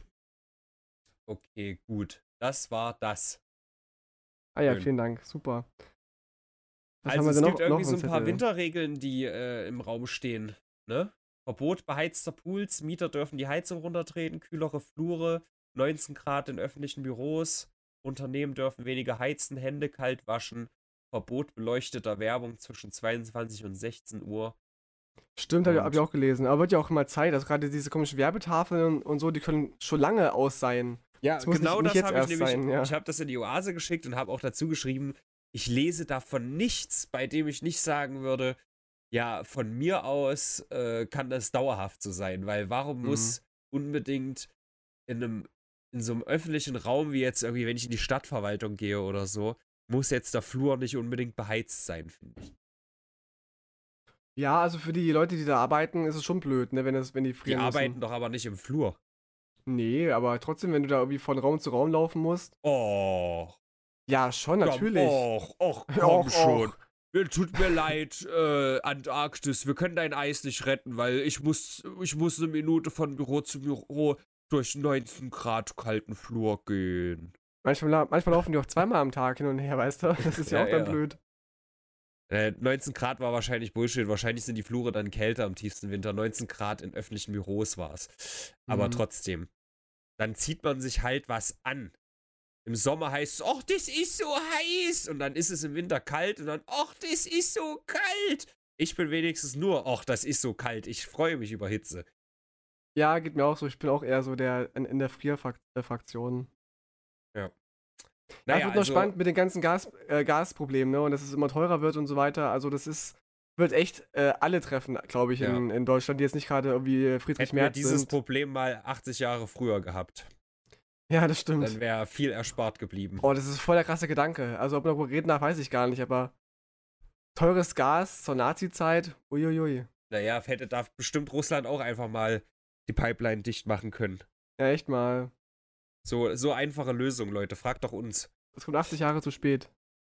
okay, gut. Das war das. Ah ja, Schön. vielen Dank. Super. Was also haben wir es denn gibt noch, irgendwie noch so im ein paar Zettel? Winterregeln, die äh, im Raum stehen. Ne? Verbot beheizter Pools, Mieter dürfen die Heizung runtertreten, kühlere Flure, neunzehn Grad in öffentlichen Büros, Unternehmen dürfen weniger heizen, Hände kalt waschen, Verbot beleuchteter Werbung zwischen zweiundzwanzig und sechzehn Uhr. Stimmt, habe ich, hab ich Und- auch gelesen. Aber wird ja auch immer Zeit, dass gerade diese komischen Werbetafeln und, und so, die können schon lange aus sein. Ja, Das muss genau nicht- nicht das jetzt habe ich erst nämlich. sein, ja. Ich habe das in die Oase geschickt und habe auch dazu geschrieben, ich lese davon nichts, bei dem ich nicht sagen würde, ja, von mir aus äh, kann das dauerhaft so sein, weil warum Mhm. muss unbedingt in einem, in so einem öffentlichen Raum wie jetzt irgendwie, wenn ich in die Stadtverwaltung gehe oder so, muss jetzt der Flur nicht unbedingt beheizt sein, finde ich. Ja, also für die Leute, die da arbeiten, ist es schon blöd, ne, wenn, das, wenn die Die frieren arbeiten müssen. doch aber nicht im Flur. Nee, aber trotzdem, wenn du da irgendwie von Raum zu Raum laufen musst. Oh, Ja, schon, komm, natürlich. och, och, komm Och, schon. och. Mir tut mir leid, äh, Antarktis, wir können dein Eis nicht retten, weil ich muss, ich muss eine Minute von Büro zu Büro durch neunzehn Grad kalten Flur gehen. Manchmal, la- manchmal laufen die auch zweimal am Tag hin und her, weißt du? Das ist ja, Ja, auch dann ja. blöd. Äh, neunzehn Grad war wahrscheinlich Bullshit. Wahrscheinlich sind die Flure dann kälter am tiefsten Winter. neunzehn Grad in öffentlichen Büros war es. Aber Mhm. trotzdem. Dann zieht man sich halt was an. Im Sommer heißt es, ach, das ist so heiß. Und dann ist es im Winter kalt. Und dann, ach, das ist so kalt. Ich bin wenigstens nur, ach, das ist so kalt. Ich freue mich über Hitze. Ja, geht mir auch so. Ich bin auch eher so der in, in der Frierfraktion. Ja. Ja, es Naja, wird noch also, spannend mit den ganzen Gas, äh, Gasproblemen, ne? Und dass es immer teurer wird und so weiter. Also das ist, wird echt äh, alle treffen, glaube ich, in, in Deutschland, die jetzt nicht gerade irgendwie Friedrich hätten wir Merz dieses sind. Problem mal achtzig Jahre früher gehabt. Ja, das stimmt. Dann wäre viel erspart geblieben. Oh, das ist voll der krasse Gedanke. Also ob man darüber reden darf, weiß ich gar nicht, aber teures Gas zur Nazi-Zeit, uiuiui. Naja, hätte da bestimmt Russland auch einfach mal die Pipeline dicht machen können. Ja, echt mal. So, so einfache Lösung, Leute. Fragt doch uns. Das kommt achtzig Jahre zu spät.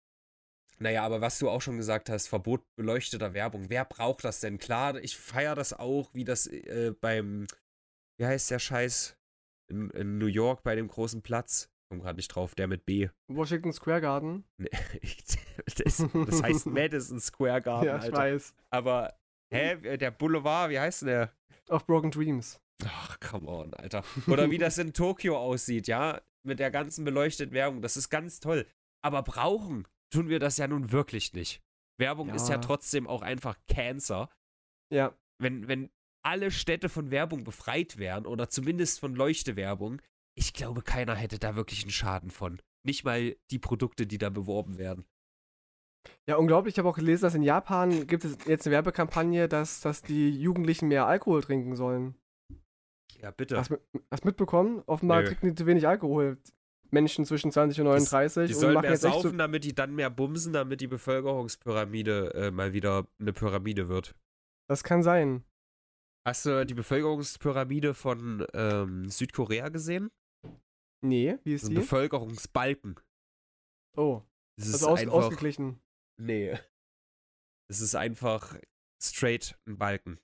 Naja, aber was du auch schon gesagt hast, Verbot beleuchteter Werbung. Wer braucht das denn? Klar, ich feiere das auch, wie das äh, beim, wie heißt der Scheiß? In, in New York bei dem großen Platz. Ich komm gerade nicht drauf, der mit B. Washington Square Garden. Nee, das, das heißt Madison Square Garden, Ja, ich Alter. weiß. Aber, hä, der Boulevard, wie heißt denn der? Of Broken Dreams. Ach, come on, Alter. Oder wie das in Tokio aussieht, ja? Mit der ganzen beleuchteten Werbung. Das ist ganz toll. Aber brauchen tun wir das ja nun wirklich nicht. Werbung Ja. ist ja trotzdem auch einfach Cancer. Ja. Wenn, wenn alle Städte von Werbung befreit wären oder zumindest von Leuchtewerbung, ich glaube, keiner hätte da wirklich einen Schaden von. Nicht mal die Produkte, die da beworben werden. Ja, unglaublich. Ich habe auch gelesen, dass in Japan gibt es jetzt eine Werbekampagne, dass, dass die Jugendlichen mehr Alkohol trinken sollen. Ja, bitte. Hast du hast du mitbekommen? Offenbar Nö. trinken die zu wenig Alkohol. Menschen zwischen zwanzig und neununddreißig Die und sollen machen mehr jetzt echt saufen, so. damit die dann mehr bumsen, damit die Bevölkerungspyramide äh, mal wieder eine Pyramide wird. Das kann sein. Hast du die Bevölkerungspyramide von ähm, Südkorea gesehen? Nee, wie Das ist ist ein die? Bevölkerungsbalken. Oh, Das ist also aus, einfach. ausgeglichen. Nee. Es ist einfach straight ein Balken.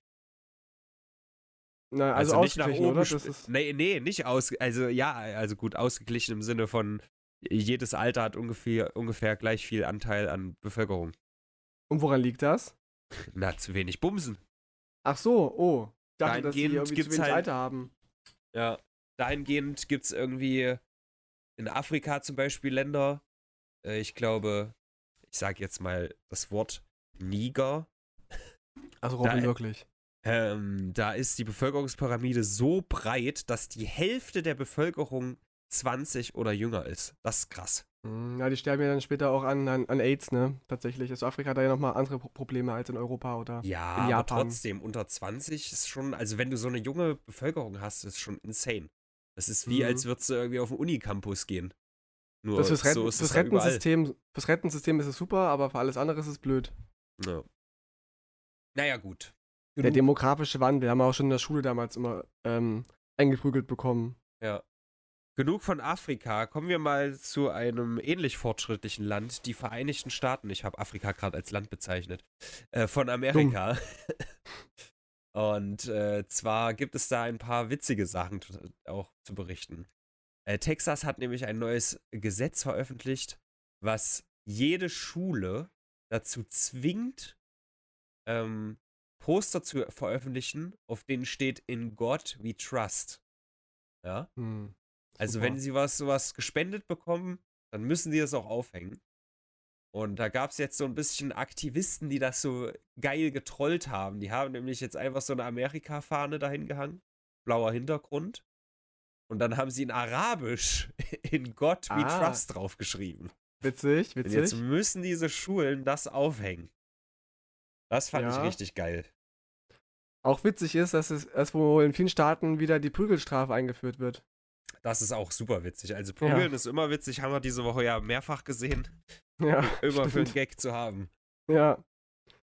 Na, also, nicht nach ausgeglichen, oben. oder? sp- Das ist, nee, nee, nicht aus. Also ja, also gut, ausgeglichen im Sinne von jedes Alter hat ungefähr, ungefähr gleich viel Anteil an Bevölkerung. und woran liegt das? Na, zu wenig Bumsen. Ach so, oh. Ich dachte, dass die Dahingehend irgendwie zu gibt's wenig halt- Alter haben. Ja. Dahingehend gibt es irgendwie in Afrika zum Beispiel Länder, äh, ich glaube, ich sage jetzt mal das Wort Niger. Also Robin, Da- wirklich. Ähm, da ist die Bevölkerungspyramide so breit, dass die Hälfte der Bevölkerung zwanzig oder jünger ist. Das ist krass. Hm, Ja, die sterben ja dann später auch an, an, an AIDS, ne? Tatsächlich. Also Afrika hat da ja nochmal andere Pro- Probleme als in Europa oder Ja, in aber Japan. trotzdem, unter zwanzig ist schon, also wenn du so eine junge Bevölkerung hast, ist schon insane. Das ist wie, Mhm. als würdest du irgendwie auf den Unicampus gehen. Nur Das fürs, Retten, so ist es fürs, da überall. Rentensystem, fürs Rentensystem ist es super, aber für alles andere ist es blöd. Ja. Naja, gut. Der Genug- demografische Wandel haben wir auch schon in der Schule damals immer ähm, eingeprügelt bekommen. Ja. Genug von Afrika. Kommen wir mal zu einem ähnlich fortschrittlichen Land, die Vereinigten Staaten. Ich habe Afrika gerade als Land bezeichnet. Äh, von Amerika. Und äh, zwar gibt es da ein paar witzige Sachen t- auch zu berichten. Äh, Texas hat nämlich ein neues Gesetz veröffentlicht, was jede Schule dazu zwingt, ähm, Poster zu veröffentlichen, auf denen steht "In God we trust". Ja? Hm, Also super. wenn sie was sowas gespendet bekommen, dann müssen die das auch aufhängen. Und da gab es jetzt so ein bisschen Aktivisten, die das so geil getrollt haben. Die haben nämlich jetzt einfach so eine Amerika-Fahne dahin gehangen, blauer Hintergrund. Und dann haben sie in Arabisch "In God we Ah. trust" draufgeschrieben. Witzig, Und jetzt witzig. müssen diese Schulen das aufhängen. Das fand ich Ja. richtig geil. Auch witzig ist, dass es dass wohl in vielen Staaten wieder die Prügelstrafe eingeführt wird. Das ist auch super witzig. Also Prügeln ist immer witzig, haben wir diese Woche ja mehrfach gesehen. Ja, Immer für einen stimmt. Gag zu haben. Ja.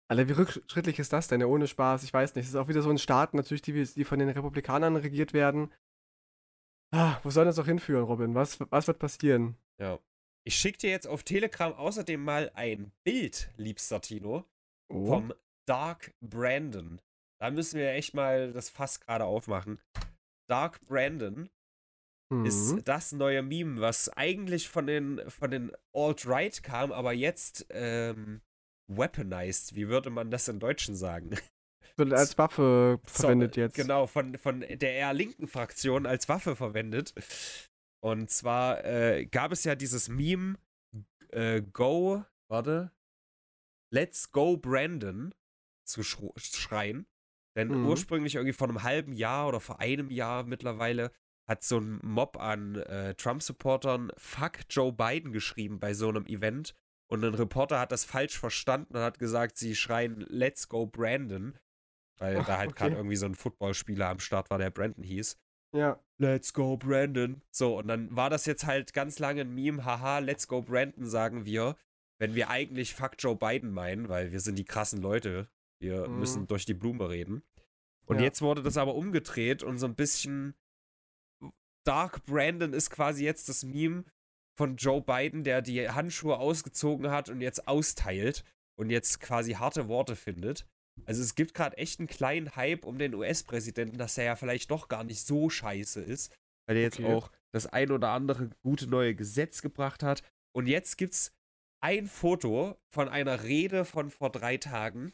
Alter, wie rückschrittlich ist das denn? Ja, ohne Spaß, ich weiß nicht. Das ist auch wieder so ein Staat, natürlich, die, die von den Republikanern regiert werden. Ah, wo soll das doch hinführen, Robin? Was, was wird passieren? Ja. Ich schicke dir jetzt auf Telegram außerdem mal ein Bild, liebster Tino, Oh. vom Dark Brandon. Da müssen wir echt mal das Fass gerade aufmachen. Dark Brandon Mhm. ist das neue Meme, was eigentlich von den, von den Alt-Right kam, aber jetzt ähm, weaponized. Wie würde man das im Deutschen sagen? Wird als Waffe verwendet So, jetzt. Genau, von, von der eher linken Fraktion als Waffe verwendet. Und zwar äh, gab es ja dieses Meme äh, Go, warte, Let's Go Brandon zu schro- schreien. Denn Mhm. ursprünglich irgendwie vor einem halben Jahr oder vor einem Jahr mittlerweile hat so ein Mob an äh, Trump-Supportern Fuck Joe Biden geschrieben bei so einem Event. Und ein Reporter hat das falsch verstanden und hat gesagt, sie schreien Let's Go Brandon. Weil Ach, da halt okay. gerade irgendwie so ein Footballspieler am Start war, der Brandon hieß. Ja. Let's go Brandon. So, und dann war das jetzt halt ganz lange ein Meme, haha, let's go Brandon, sagen wir, wenn wir eigentlich Fuck Joe Biden meinen, weil wir sind die krassen Leute. Wir Mhm. müssen durch die Blume reden. Und Ja. jetzt wurde das aber umgedreht und so ein bisschen Dark Brandon ist quasi jetzt das Meme von Joe Biden, der die Handschuhe ausgezogen hat und jetzt austeilt und jetzt quasi harte Worte findet. Also es gibt gerade echt einen kleinen Hype um den U S-Präsidenten, dass er ja vielleicht doch gar nicht so scheiße ist, weil er jetzt Okay. auch das ein oder andere gute neue Gesetz gebracht hat. Und jetzt gibt's ein Foto von einer Rede von vor drei Tagen.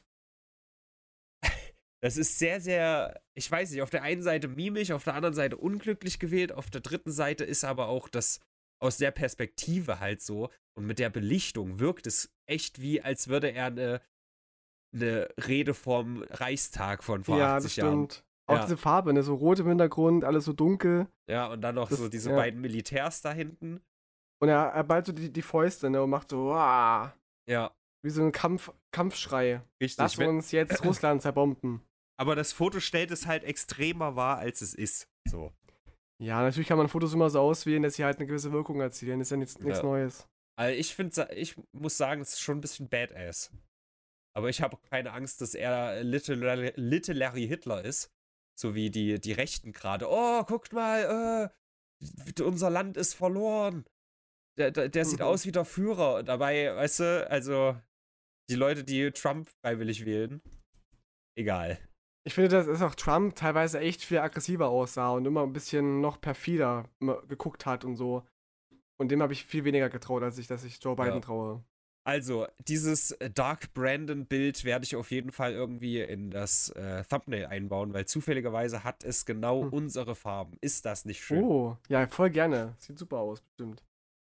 Das ist sehr, sehr, ich weiß nicht, auf der einen Seite mimisch, auf der anderen Seite unglücklich gewählt, auf der dritten Seite ist aber auch das aus der Perspektive halt so und mit der Belichtung wirkt es echt wie, als würde er eine, eine Rede vom Reichstag von vor Ja, das achtzig Jahren. stimmt. Auch Ja. diese Farbe, ne? So rot im Hintergrund, alles so dunkel. Ja, und dann noch Das- so diese ja. beiden Militärs da hinten. Und er, er ballt so die, die Fäuste, ne? Und macht so, "Wah", Ja, wie so ein Kampf, Kampfschrei. richtig. Lass Wenn- uns jetzt Russland zerbomben. Aber das Foto stellt es halt extremer wahr, als es ist. So. Ja, natürlich kann man Fotos immer so auswählen, dass sie halt eine gewisse Wirkung erzielen. Ist ja nichts, nichts Ja. Neues. Also ich finde, ich muss sagen, es ist schon ein bisschen badass. Aber ich habe keine Angst, dass er Little, Little Larry Hitler ist. So wie die, die Rechten gerade. Oh, guckt mal, äh, unser Land ist verloren. Der, der, der sieht Mhm. aus wie der Führer. Dabei, weißt du, also die Leute, die Trump freiwillig wählen, egal. Ich finde, dass es auch Trump teilweise echt viel aggressiver aussah und immer ein bisschen noch perfider immer geguckt hat und so. Und dem habe ich viel weniger getraut, als ich, dass ich Joe Biden Ja. traue. Also, dieses Dark Brandon-Bild werde ich auf jeden Fall irgendwie in das äh, Thumbnail einbauen, weil zufälligerweise hat es genau Hm. unsere Farben. Ist das nicht schön? Oh, ja, voll gerne. Sieht super aus, bestimmt.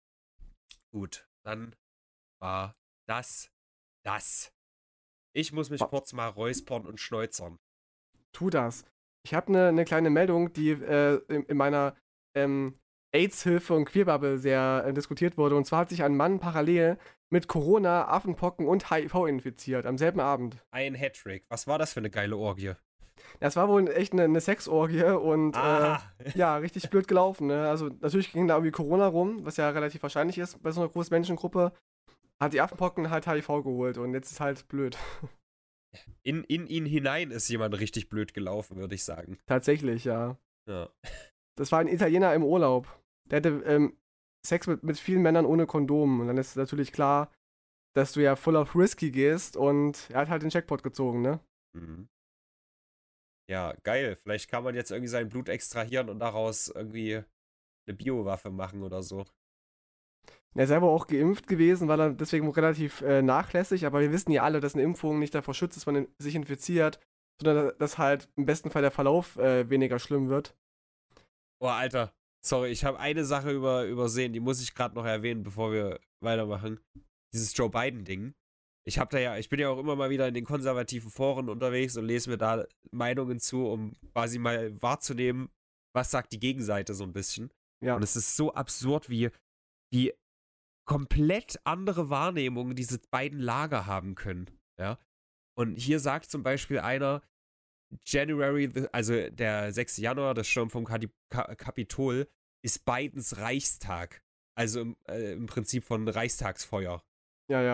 Gut, dann war das das. Ich muss mich Wa- kurz mal räuspern und schneuzern. Tu das. Ich habe eine ne kleine Meldung, die äh, in, in meiner ähm, AIDS-Hilfe und Queerbubble sehr äh, diskutiert wurde. Und zwar hat sich ein Mann parallel mit Corona, Affenpocken und H I V infiziert, am selben Abend. Ein Hattrick. Was war das für eine geile Orgie? Das war wohl echt eine, eine Sexorgie und äh, Ah, ja, richtig blöd gelaufen. Ne? Also natürlich ging da irgendwie Corona rum, was ja relativ wahrscheinlich ist bei so einer großen Menschengruppe. Hat die Affenpocken halt H I V geholt und jetzt ist halt blöd. in, in ihn hinein ist jemand richtig blöd gelaufen, würde ich sagen. Tatsächlich, ja. Ja. Das war ein Italiener im Urlaub. Der hatte ähm, Sex mit, mit vielen Männern ohne Kondom. Und dann ist natürlich klar, dass du ja full of risky gehst und er hat halt den Jackpot gezogen, ne? Mhm. Ja, geil. Vielleicht kann man jetzt irgendwie sein Blut extrahieren und daraus irgendwie eine Biowaffe machen oder so. Er ist selber auch geimpft gewesen, war dann deswegen relativ äh, nachlässig, aber wir wissen ja alle, dass eine Impfung nicht davor schützt, dass man in, sich infiziert, sondern dass halt im besten Fall der Verlauf äh, weniger schlimm wird. Oh, Alter. Sorry, ich habe eine Sache über, übersehen, die muss ich gerade noch erwähnen, bevor wir weitermachen. Dieses Joe Biden-Ding. Ich habe da ja, ich bin ja auch immer mal wieder in den konservativen Foren unterwegs und lese mir da Meinungen zu, um quasi mal wahrzunehmen, was sagt die Gegenseite so ein bisschen. Ja. Und es ist so absurd, wie, wie komplett andere Wahrnehmungen diese beiden Lager haben können. Ja. Und hier sagt zum Beispiel einer, January, the- also der sechste Januar, das Sturm vom Kati- Ka Kapitol, ist Bidens Reichstag. Also im, äh, im Prinzip von Reichstagsfeuer. Ja, ja.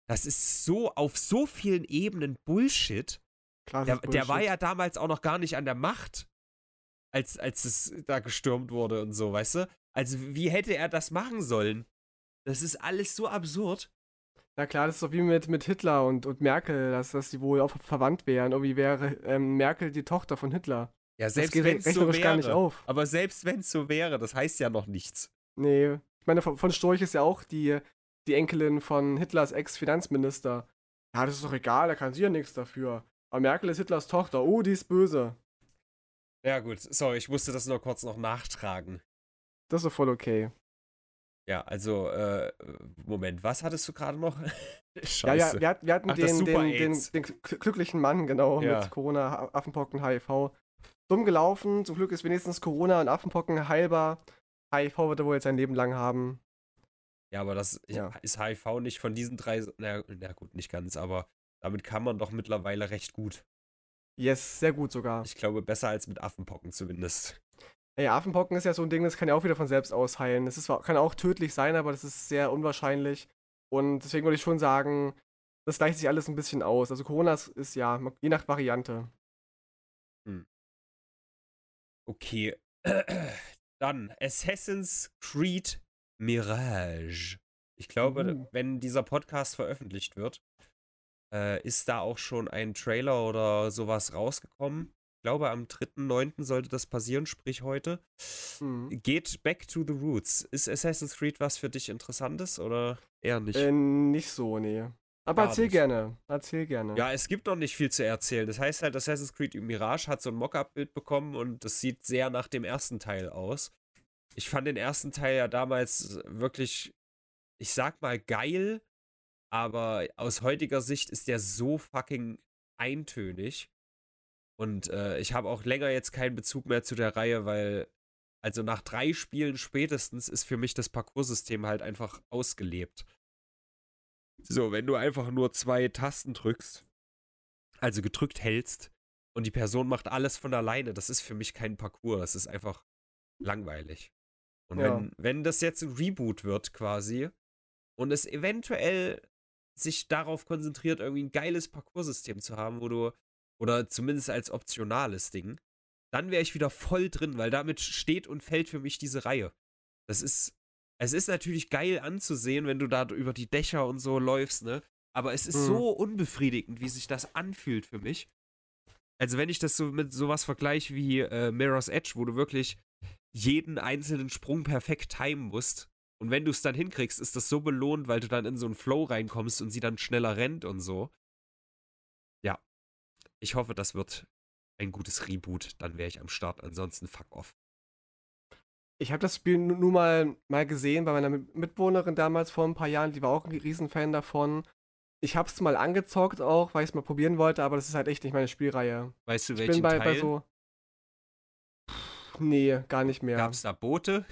Das ist so auf so vielen Ebenen Bullshit. Klar, Der, das ist der war Bullshit. ja damals auch noch gar nicht an der Macht, als, als es da gestürmt wurde und so, weißt du? Also wie hätte er das machen sollen? Das ist alles so absurd. Na klar, das ist doch wie mit, mit Hitler und, und Merkel, dass, dass die wohl auch verwandt wären. Irgendwie wäre ähm, Merkel die Tochter von Hitler. Ja, Das selbst geht wenn es so rechnerisch wäre. gar nicht auf. Aber selbst wenn es so wäre, das heißt ja noch nichts. Nee. Ich meine, von, von Storch ist ja auch die, die Enkelin von Hitlers Ex-Finanzminister. Ja, das ist doch egal, da kann sie ja nichts dafür. Aber Merkel ist Hitlers Tochter. Oh, die ist böse. Ja gut, sorry, ich musste das nur kurz noch nachtragen. Das ist doch voll okay. Ja, also, äh, Moment, was hattest du gerade noch? Scheiße. Ja, ja, wir, hat- wir hatten Ach, das den, den, den, Super-Aids. den gl- glücklichen Mann, genau, Ja. mit Corona, Affenpocken, H I V. Dumm gelaufen, zum Glück ist wenigstens Corona und Affenpocken heilbar. H I V wird er wohl jetzt sein Leben lang haben. Ja, aber das ich, Ja. ist H I V nicht von diesen drei, na, na gut, nicht ganz, aber damit kann man doch mittlerweile recht gut. Yes, sehr gut sogar. Ich glaube, besser als mit Affenpocken zumindest. Ey, Affenpocken ist ja so ein Ding, das kann ja auch wieder von selbst ausheilen. Das ist, zwar- kann auch tödlich sein, aber das ist sehr unwahrscheinlich. Und deswegen würde ich schon sagen, das gleicht sich alles ein bisschen aus. Also Corona ist, ist ja je nach Variante. Okay. Dann Assassin's Creed Mirage. Ich glaube, Uh. wenn dieser Podcast veröffentlicht wird, äh, ist da auch schon ein Trailer oder sowas rausgekommen. Ich glaube, am dritten neunten sollte das passieren, sprich heute. Mhm. Geht back to the roots. Ist Assassin's Creed was für dich Interessantes oder eher nicht? Äh, nicht so, nee. Aber Gar erzähl nicht. gerne. Erzähl gerne. Ja, es gibt noch nicht viel zu erzählen. Das heißt halt, Assassin's Creed Mirage hat so ein Mockup-Bild bekommen und das sieht sehr nach dem ersten Teil aus. Ich fand den ersten Teil ja damals wirklich, ich sag mal, geil, aber aus heutiger Sicht ist der so fucking eintönig. Und äh, ich habe auch länger jetzt keinen Bezug mehr zu der Reihe, weil, also nach drei Spielen spätestens ist für mich das Parcoursystem halt einfach ausgelebt. So, wenn du einfach nur zwei Tasten drückst, also gedrückt hältst, und die Person macht alles von alleine, das ist für mich kein Parcours, das ist einfach langweilig. Und Ja. wenn, wenn das jetzt ein Reboot wird quasi und es eventuell sich darauf konzentriert, irgendwie ein geiles Parcoursystem zu haben, wo du, oder zumindest als optionales Ding, dann wäre ich wieder voll drin, weil damit steht und fällt für mich diese Reihe. Das ist, es ist natürlich geil anzusehen, wenn du da über die Dächer und so läufst, ne? Aber es ist Mhm. so unbefriedigend, wie sich das anfühlt für mich. Also wenn ich das so mit sowas vergleiche wie äh, Mirror's Edge, wo du wirklich jeden einzelnen Sprung perfekt timen musst. Und wenn du es dann hinkriegst, ist das so belohnt, weil du dann in so einen Flow reinkommst und sie dann schneller rennt und so. Ja. Ich hoffe, das wird ein gutes Reboot. Dann wäre ich am Start. Ansonsten fuck off. Ich habe das Spiel nu- nur mal, mal gesehen bei meiner Mit- Mitbewohnerin damals vor ein paar Jahren. Die war auch ein Riesenfan davon. Ich habe es mal angezockt auch, weil ich es mal probieren wollte, aber das ist halt echt nicht meine Spielreihe. Weißt du, Ich welchen bin bei, Teil? bei so. Pff, nee, gar nicht mehr. Gab's da Boote?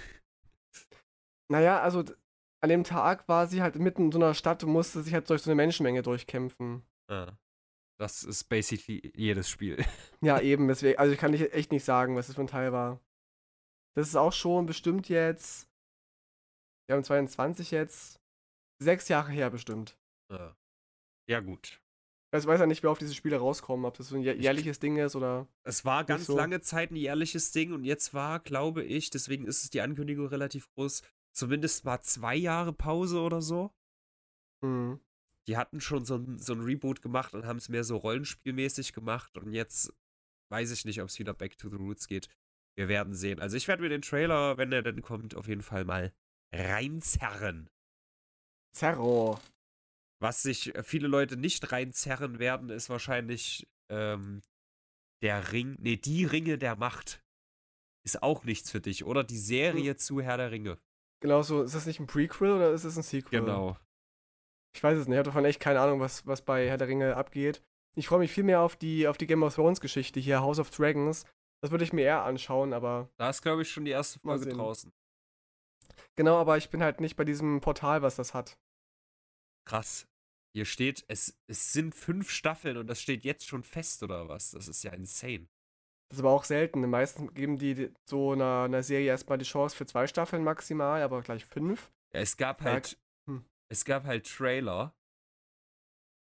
Naja, also d- an dem Tag war sie halt mitten in so einer Stadt und musste sich halt durch so eine Menschenmenge durchkämpfen. Ah. Das ist basically jedes Spiel. Ja, eben, deswegen, also ich kann nicht, echt nicht sagen, was das für ein Teil war. Das ist auch schon bestimmt jetzt, wir haben zweiundzwanzig jetzt, sechs Jahre her bestimmt. Ah. Ja, gut. Ich weiß ja nicht, wie oft diese Spiele rauskommen, ob das so ein jä- Ich- jährliches Ding ist oder. Es war ganz so. lange Zeit ein jährliches Ding und jetzt war, glaube ich, deswegen ist es die Ankündigung relativ groß, zumindest mal zwei Jahre Pause oder so. Hm. Die hatten schon so ein, so ein Reboot gemacht und haben es mehr so rollenspielmäßig gemacht und jetzt weiß ich nicht, ob es wieder back to the roots geht. Wir werden sehen. Also ich werde mir den Trailer, wenn der denn kommt, auf jeden Fall mal reinzerren. Zerro. Was sich äh, viele Leute nicht reinzerren werden, ist wahrscheinlich ähm, der Ring, nee, die Ringe der Macht. Ist auch nichts für dich, oder? Die Serie zu Herr der Ringe. Genau so, ist das nicht ein Prequel oder ist es ein Sequel? Genau. Ich weiß es nicht, ich habe davon echt keine Ahnung, was, was bei Herr der Ringe abgeht. Ich freue mich viel mehr auf die, auf die Game of Thrones Geschichte hier, House of Dragons. Das würde ich mir eher anschauen, aber. Da ist, glaube ich, schon die erste Mal Folge sehen. draußen. Genau, aber ich bin halt nicht bei diesem Portal, was das hat. Krass. Hier steht, es, es sind fünf Staffeln und das steht jetzt schon fest, oder was? Das ist ja insane. Das ist aber auch selten. Meistens geben die so einer, einer Serie erstmal die Chance für zwei Staffeln maximal, aber gleich fünf. Ja, es gab Ja, halt, hm. es gab halt Trailer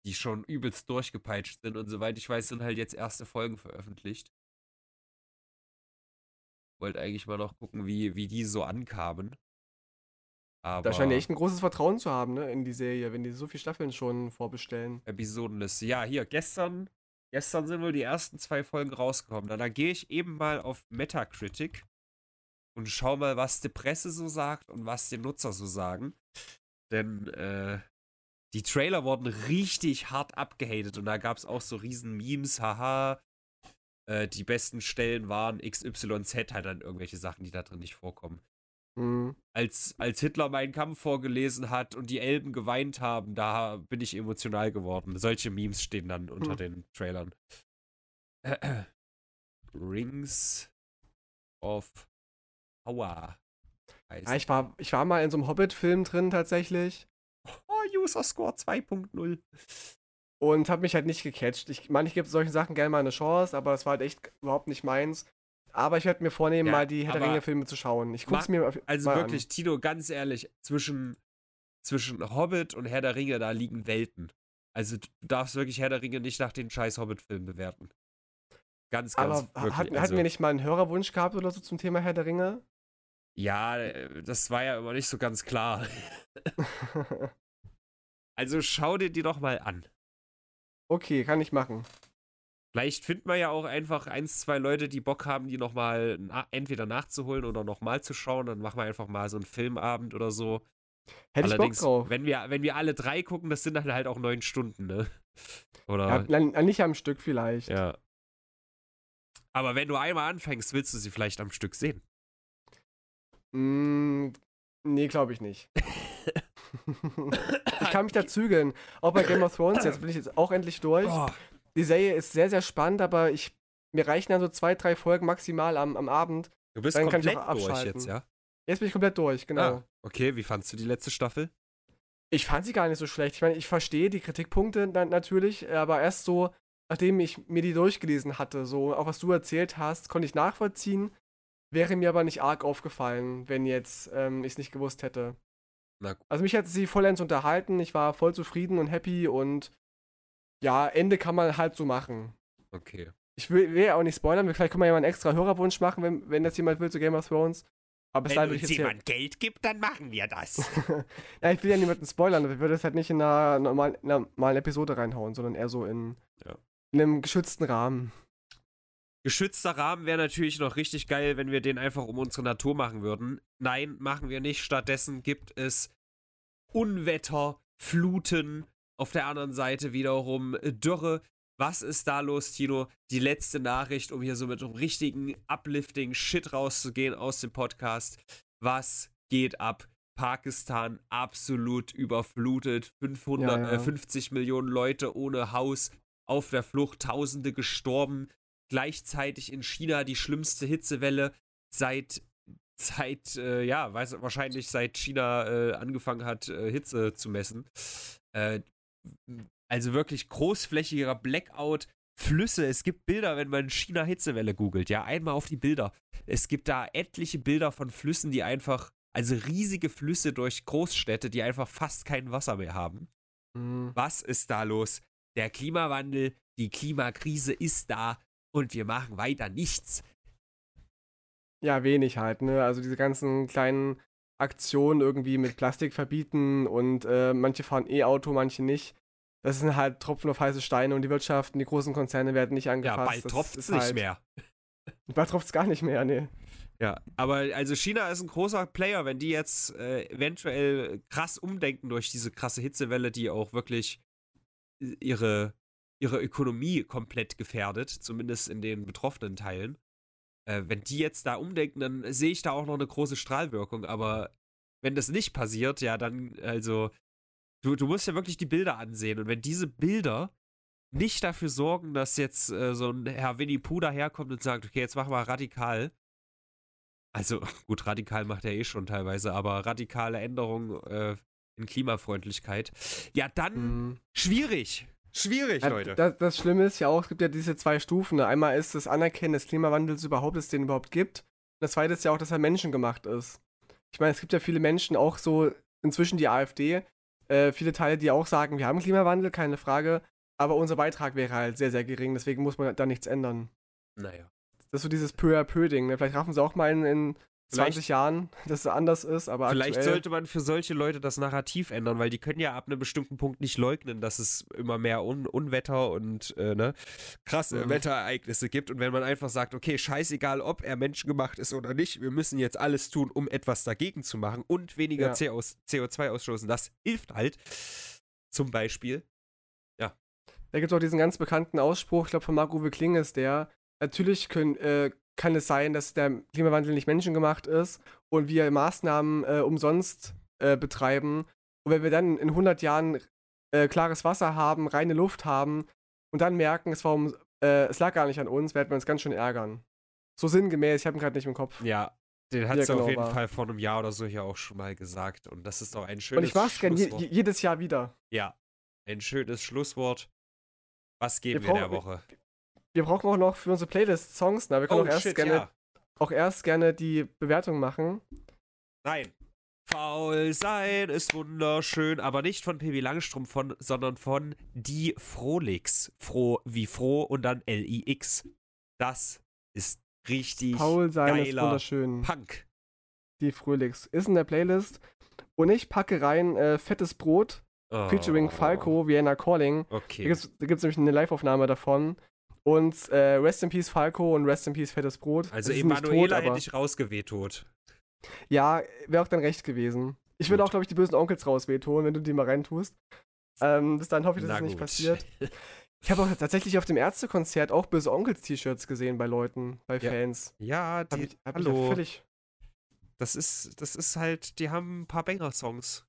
die schon übelst durchgepeitscht sind. Und soweit ich weiß, sind halt jetzt erste Folgen veröffentlicht. Wollte eigentlich mal noch gucken, wie, wie die so ankamen. Aber Da scheint ja echt ein großes Vertrauen zu haben, ne, in die Serie, wenn die so viele Staffeln schon vorbestellen. Episodenliste. Ja, hier, gestern, gestern sind wohl die ersten zwei Folgen rausgekommen. Dann, dann gehe ich eben mal auf Metacritic und schau mal, was die Presse so sagt und was die Nutzer so sagen. Denn, äh, die Trailer wurden richtig hart abgehatet und da gab es auch so riesen Memes, haha. Äh, die besten Stellen waren X Y Z, halt dann irgendwelche Sachen, die da drin nicht vorkommen. Mhm. Als, als Hitler Mein Kampf vorgelesen hat und die Elben geweint haben, da bin ich emotional geworden. Solche Memes stehen dann unter Hm. den Trailern. Rings of Power heißt. Ja, ich war, ich war mal in so einem Hobbit-Film drin tatsächlich Oh, User Score zwei Punkt null. und hab mich halt nicht gecatcht. Ich meine, ich gebe solchen Sachen gerne mal eine Chance, aber das war halt echt überhaupt nicht meins. Aber ich werde mir vornehmen, Ja, mal die Herr der aber Ringe-Filme zu schauen. Ich guck's ma- mir auf, Also mal wirklich, Tino, ganz ehrlich, zwischen, zwischen Hobbit und Herr der Ringe, da liegen Welten. Also du darfst wirklich Herr der Ringe nicht nach den scheiß Hobbit-Filmen bewerten. Ganz, an. ganz Aber wirklich. hatten, also, hatten wir nicht mal einen Hörerwunsch gehabt oder so zum Thema Herr der Ringe? ja, äh, das war ja immer nicht so ganz klar. Also schau dir die doch mal an. Okay, kann ich machen. Vielleicht findet man ja auch einfach eins, zwei Leute, die Bock haben, die nochmal na entweder nachzuholen oder nochmal zu schauen. Dann machen wir einfach mal so einen Filmabend oder so. Hätte Allerdings, ich Bock drauf. Wenn wir, wenn wir alle drei gucken, das sind dann halt auch neun Stunden, ne? Oder, Ja, nein, nicht am Stück vielleicht. ja. Aber wenn du einmal anfängst, willst du sie vielleicht am Stück sehen. Mm, nee, glaube ich nicht. Ich kann mich da zügeln. Auch bei Game of Thrones, jetzt bin ich jetzt auch endlich durch. Oh, Die Serie ist sehr, sehr spannend, aber ich, mir reichen dann so zwei, drei Folgen maximal am, am Abend. du bist Dann kann ich komplett auch durch abschalten. jetzt, ja? Jetzt bin ich komplett durch, genau. Ah, okay, wie fandst du die letzte Staffel? Ich fand sie gar nicht so schlecht. Ich meine, ich verstehe die Kritikpunkte na natürlich, aber erst so, nachdem ich mir die durchgelesen hatte, so auch was du erzählt hast, konnte ich nachvollziehen. Wäre mir aber nicht arg aufgefallen, wenn jetzt ähm, ich es nicht gewusst hätte. Na gut. Also mich hat sie vollends unterhalten, ich war voll zufrieden und happy und ja, Ende kann man halt so machen. Okay. Ich will, will ja auch nicht spoilern, vielleicht können wir ja mal einen extra Hörerwunsch machen, wenn, wenn das jemand will zu Game of Thrones. Aber bis dahin würde ich jetzt hier, Geld gibt, dann machen wir das. ja, ich will ja niemanden spoilern, ich würde es halt nicht in einer normalen, in einer normalen Episode reinhauen, sondern eher so in, Ja. in einem geschützten Rahmen. Geschützter Rahmen wäre natürlich noch richtig geil, wenn wir den einfach um unsere Natur machen würden. Nein, machen wir nicht. Stattdessen gibt es Unwetter, Fluten, auf der anderen Seite wiederum Dürre. Was ist da los, Tino? Die letzte Nachricht, um hier so mit einem richtigen uplifting Shit rauszugehen aus dem Podcast. Was geht ab? Pakistan absolut überflutet. fünfhundert, Ja, ja. Äh, fünfzig Millionen Leute ohne Haus, auf der Flucht, Tausende gestorben. Gleichzeitig in China die schlimmste Hitzewelle seit, seit äh, ja, weiß, wahrscheinlich seit China äh, angefangen hat, äh, Hitze zu messen. Äh, also wirklich großflächiger Blackout, Flüsse. Es gibt Bilder, wenn man China Hitzewelle googelt. Ja, einmal auf die Bilder. Es gibt da etliche Bilder von Flüssen, die einfach, also riesige Flüsse durch Großstädte, die einfach fast kein Wasser mehr haben. Mhm. Was ist da los? Der Klimawandel, die Klimakrise ist da und wir machen weiter nichts. Ja, wenig halt, ne? Also diese ganzen kleinen Aktionen irgendwie mit Plastik verbieten und äh, manche fahren E-Auto, manche nicht. Das sind halt Tropfen auf heiße Steine und die Wirtschaft und die großen Konzerne werden nicht Ja, angefasst. bald Das tropft ist es nicht halt, mehr. Bald tropft es gar nicht mehr, ne. Ja, aber also China ist ein großer Player, wenn die jetzt äh, eventuell krass umdenken durch diese krasse Hitzewelle, die auch wirklich ihre, ihre Ökonomie komplett gefährdet, zumindest in den betroffenen Teilen. Äh, wenn die jetzt da umdenken, dann sehe ich da auch noch eine große Strahlwirkung, aber wenn das nicht passiert, ja, dann, also, du, du musst ja wirklich die Bilder ansehen und wenn diese Bilder nicht dafür sorgen, dass jetzt äh, so ein Herr Winnie Pooh daherkommt und sagt, okay, jetzt machen wir radikal. Also, gut, radikal macht er eh schon teilweise, aber radikale Änderungen äh, in Klimafreundlichkeit. Ja, dann Mhm. schwierig. Schwierig, Ja, Leute. das, das Schlimme ist ja auch, es gibt ja diese zwei Stufen. Ne? Einmal ist das Anerkennen des Klimawandels überhaupt, dass es den überhaupt gibt. Und das zweite ist ja auch, dass er menschengemacht ist. Ich meine, es gibt ja viele Menschen, auch so inzwischen die AfD, äh, viele Teile, die auch sagen, wir haben Klimawandel, keine Frage, aber unser Beitrag wäre halt sehr, sehr gering, deswegen muss man da nichts ändern. Naja. Das ist so dieses peu à peu Ding, ne? Vielleicht raffen sie auch mal in, in zwanzig Vielleicht- Jahren, dass es anders ist, aber Vielleicht aktuell, sollte man für solche Leute das Narrativ ändern, weil die können ja ab einem bestimmten Punkt nicht leugnen, dass es immer mehr Un Unwetter und äh, ne, krasse Mhm. Wetterereignisse gibt. Und wenn man einfach sagt, okay, scheißegal, ob er menschengemacht ist oder nicht, wir müssen jetzt alles tun, um etwas dagegen zu machen und weniger Ja. C O zwei ausstoßen, das hilft halt. Zum Beispiel. da gibt es auch diesen ganz bekannten Ausspruch, ich glaube von Marc-Uwe Kling ist der, natürlich können, äh, kann es sein, dass der Klimawandel nicht menschengemacht ist und wir Maßnahmen äh, umsonst äh, betreiben. Und wenn wir dann in hundert Jahren äh, klares Wasser haben, reine Luft haben und dann merken, es, war um, äh, es lag gar nicht an uns, werden wir uns ganz schön ärgern. So sinngemäß, ich habe ihn gerade nicht im Kopf. Ja, den hat Ja, es auf genau, jeden war- Fall vor einem Jahr oder so hier auch schon mal gesagt. Und das ist doch ein Und schönes ich mach's gern je, Schlusswort. je, jedes Jahr wieder. Ja, ein schönes Schlusswort. Was geben Wir wir, der brauchen- Woche? Wir brauchen auch noch für unsere Playlist Songs, na, wir können auch erst gerne, Oh, ja. auch erst gerne die Bewertung machen. Nein. Faul sein ist wunderschön, aber nicht von Pippi Langstrumpf, von, sondern von Die Frolix. Froh wie froh und dann L I X. Das ist richtig Paul sein ist geiler wunderschön. Punk. Die Fröhlichs ist in der Playlist. Und ich packe rein äh, Fettes Brot, Oh. featuring Falco, Vienna Calling. Da Okay. gibt's, da gibt's nämlich eine Live-Aufnahme davon. Und äh, Rest in Peace Falco und Rest in Peace Fettes Brot. Also Sie sind nicht Emanuela tot, aber- hätte ich rausgeweht. Ja, wäre auch dann recht gewesen. Ich würde Gut. auch, glaube ich, die bösen Onkels rauswehtun, wenn du die mal reintust. Ähm, bis dann hoffe ich, dass Na das nicht gut. passiert. Ich habe auch tatsächlich auf dem Ärztekonzert auch böse Onkels-T-Shirts gesehen bei Leuten, bei Ja. Fans. Ja, Hab die, ich, hab ich ja hallo. völlig. Das ist, das ist halt, die haben ein paar Banger-Songs.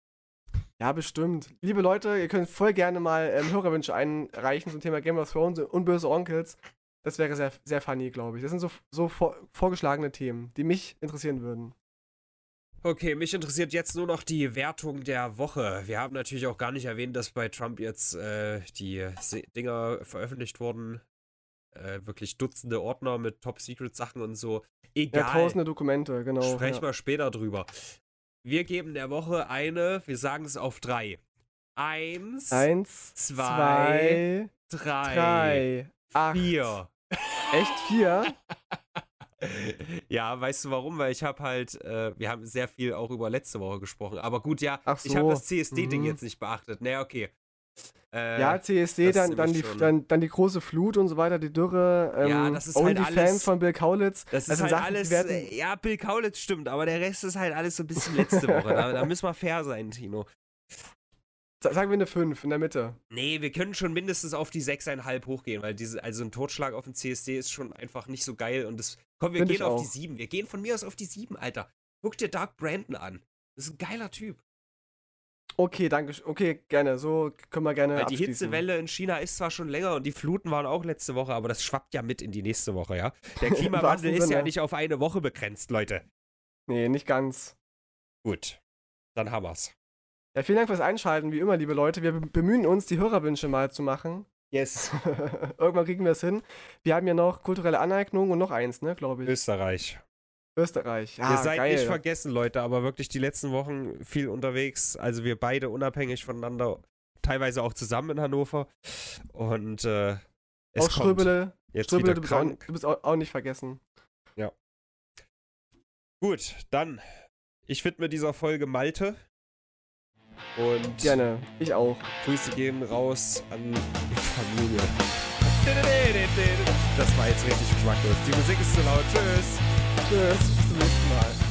Ja, bestimmt. Liebe Leute, ihr könnt voll gerne mal ähm, Hörerwünsche einreichen zum Thema Game of Thrones und böse Onkels. Das wäre sehr, sehr funny, glaube ich. Das sind so, so vor, vorgeschlagene Themen, die mich interessieren würden. Okay, mich interessiert jetzt nur noch die Wertung der Woche. Wir haben natürlich auch gar nicht erwähnt, dass bei Trump jetzt äh, die Se Dinger veröffentlicht wurden. Äh, wirklich Dutzende Ordner mit Top-Secret-Sachen und so. Ja, Egal. tausende Dokumente, genau. Sprechen ja. wir später drüber. Wir geben der Woche eine, wir sagen es auf drei. Eins, Eins, zwei, zwei, drei, drei, acht. vier. Echt vier? Ja, weißt du warum? Weil ich habe halt, äh, wir haben sehr viel auch über letzte Woche gesprochen. Aber gut, ja, Ach ich habe so. das C S D-Ding Mhm. jetzt nicht beachtet. Naja, okay. Äh, Ja, C S D, das ist dann, dann, die, nämlich schon- dann, dann die große Flut und so weiter, die Dürre. Ähm, Ja, das ist halt OnlyFans alles- von Bill Kaulitz. das ist sind halt Sachen, die alles, werden- äh, ja, Bill Kaulitz stimmt, aber der Rest ist halt alles so ein bisschen letzte Woche. da, da müssen wir fair sein, Tino. Sa- Sagen wir eine fünf in der Mitte. Nee, wir können schon mindestens auf die sechs Komma fünf hochgehen, weil diese, also ein Totschlag auf den C S D ist schon einfach nicht so geil. Und das, komm, wir Find gehen ich auf auch. die sieben. Wir gehen von mir aus auf die sieben, Alter. Guck dir Doug Brandon an. Das ist ein geiler Typ. Okay, danke. sch- Okay, gerne. So können wir gerne Weil die abschließen. Hitzewelle in China ist zwar schon länger und die Fluten waren auch letzte Woche, aber das schwappt ja mit in die nächste Woche, ja? Der Im Klimawandel wahrsten ist ja Sinne. nicht auf eine Woche begrenzt, Leute. Nee, nicht ganz. Gut, dann haben wir's. Ja, vielen Dank fürs Einschalten, wie immer, liebe Leute. Wir be- bemühen uns, die Hörerwünsche mal zu machen. Yes. Irgendwann kriegen wir es hin. Wir haben ja noch kulturelle Aneignung und noch eins, ne, glaube ich. Österreich. Österreich. Ja, Ihr seid geil. nicht vergessen, Leute, aber wirklich die letzten Wochen viel unterwegs. Also wir beide unabhängig voneinander, teilweise auch zusammen in Hannover. Und äh, es Auch kommt Ströbele. jetzt Ströbele, wieder du bist, auch, krank. du bist auch, auch nicht vergessen. Gut, dann, ich widme dieser Folge Malte. Und Gerne. Ich auch. Grüße gehen raus an die Familie. Das war jetzt richtig geschmacklos. Die Musik ist zu laut. Tschüss. Tschüss. Bis zum nächsten Mal.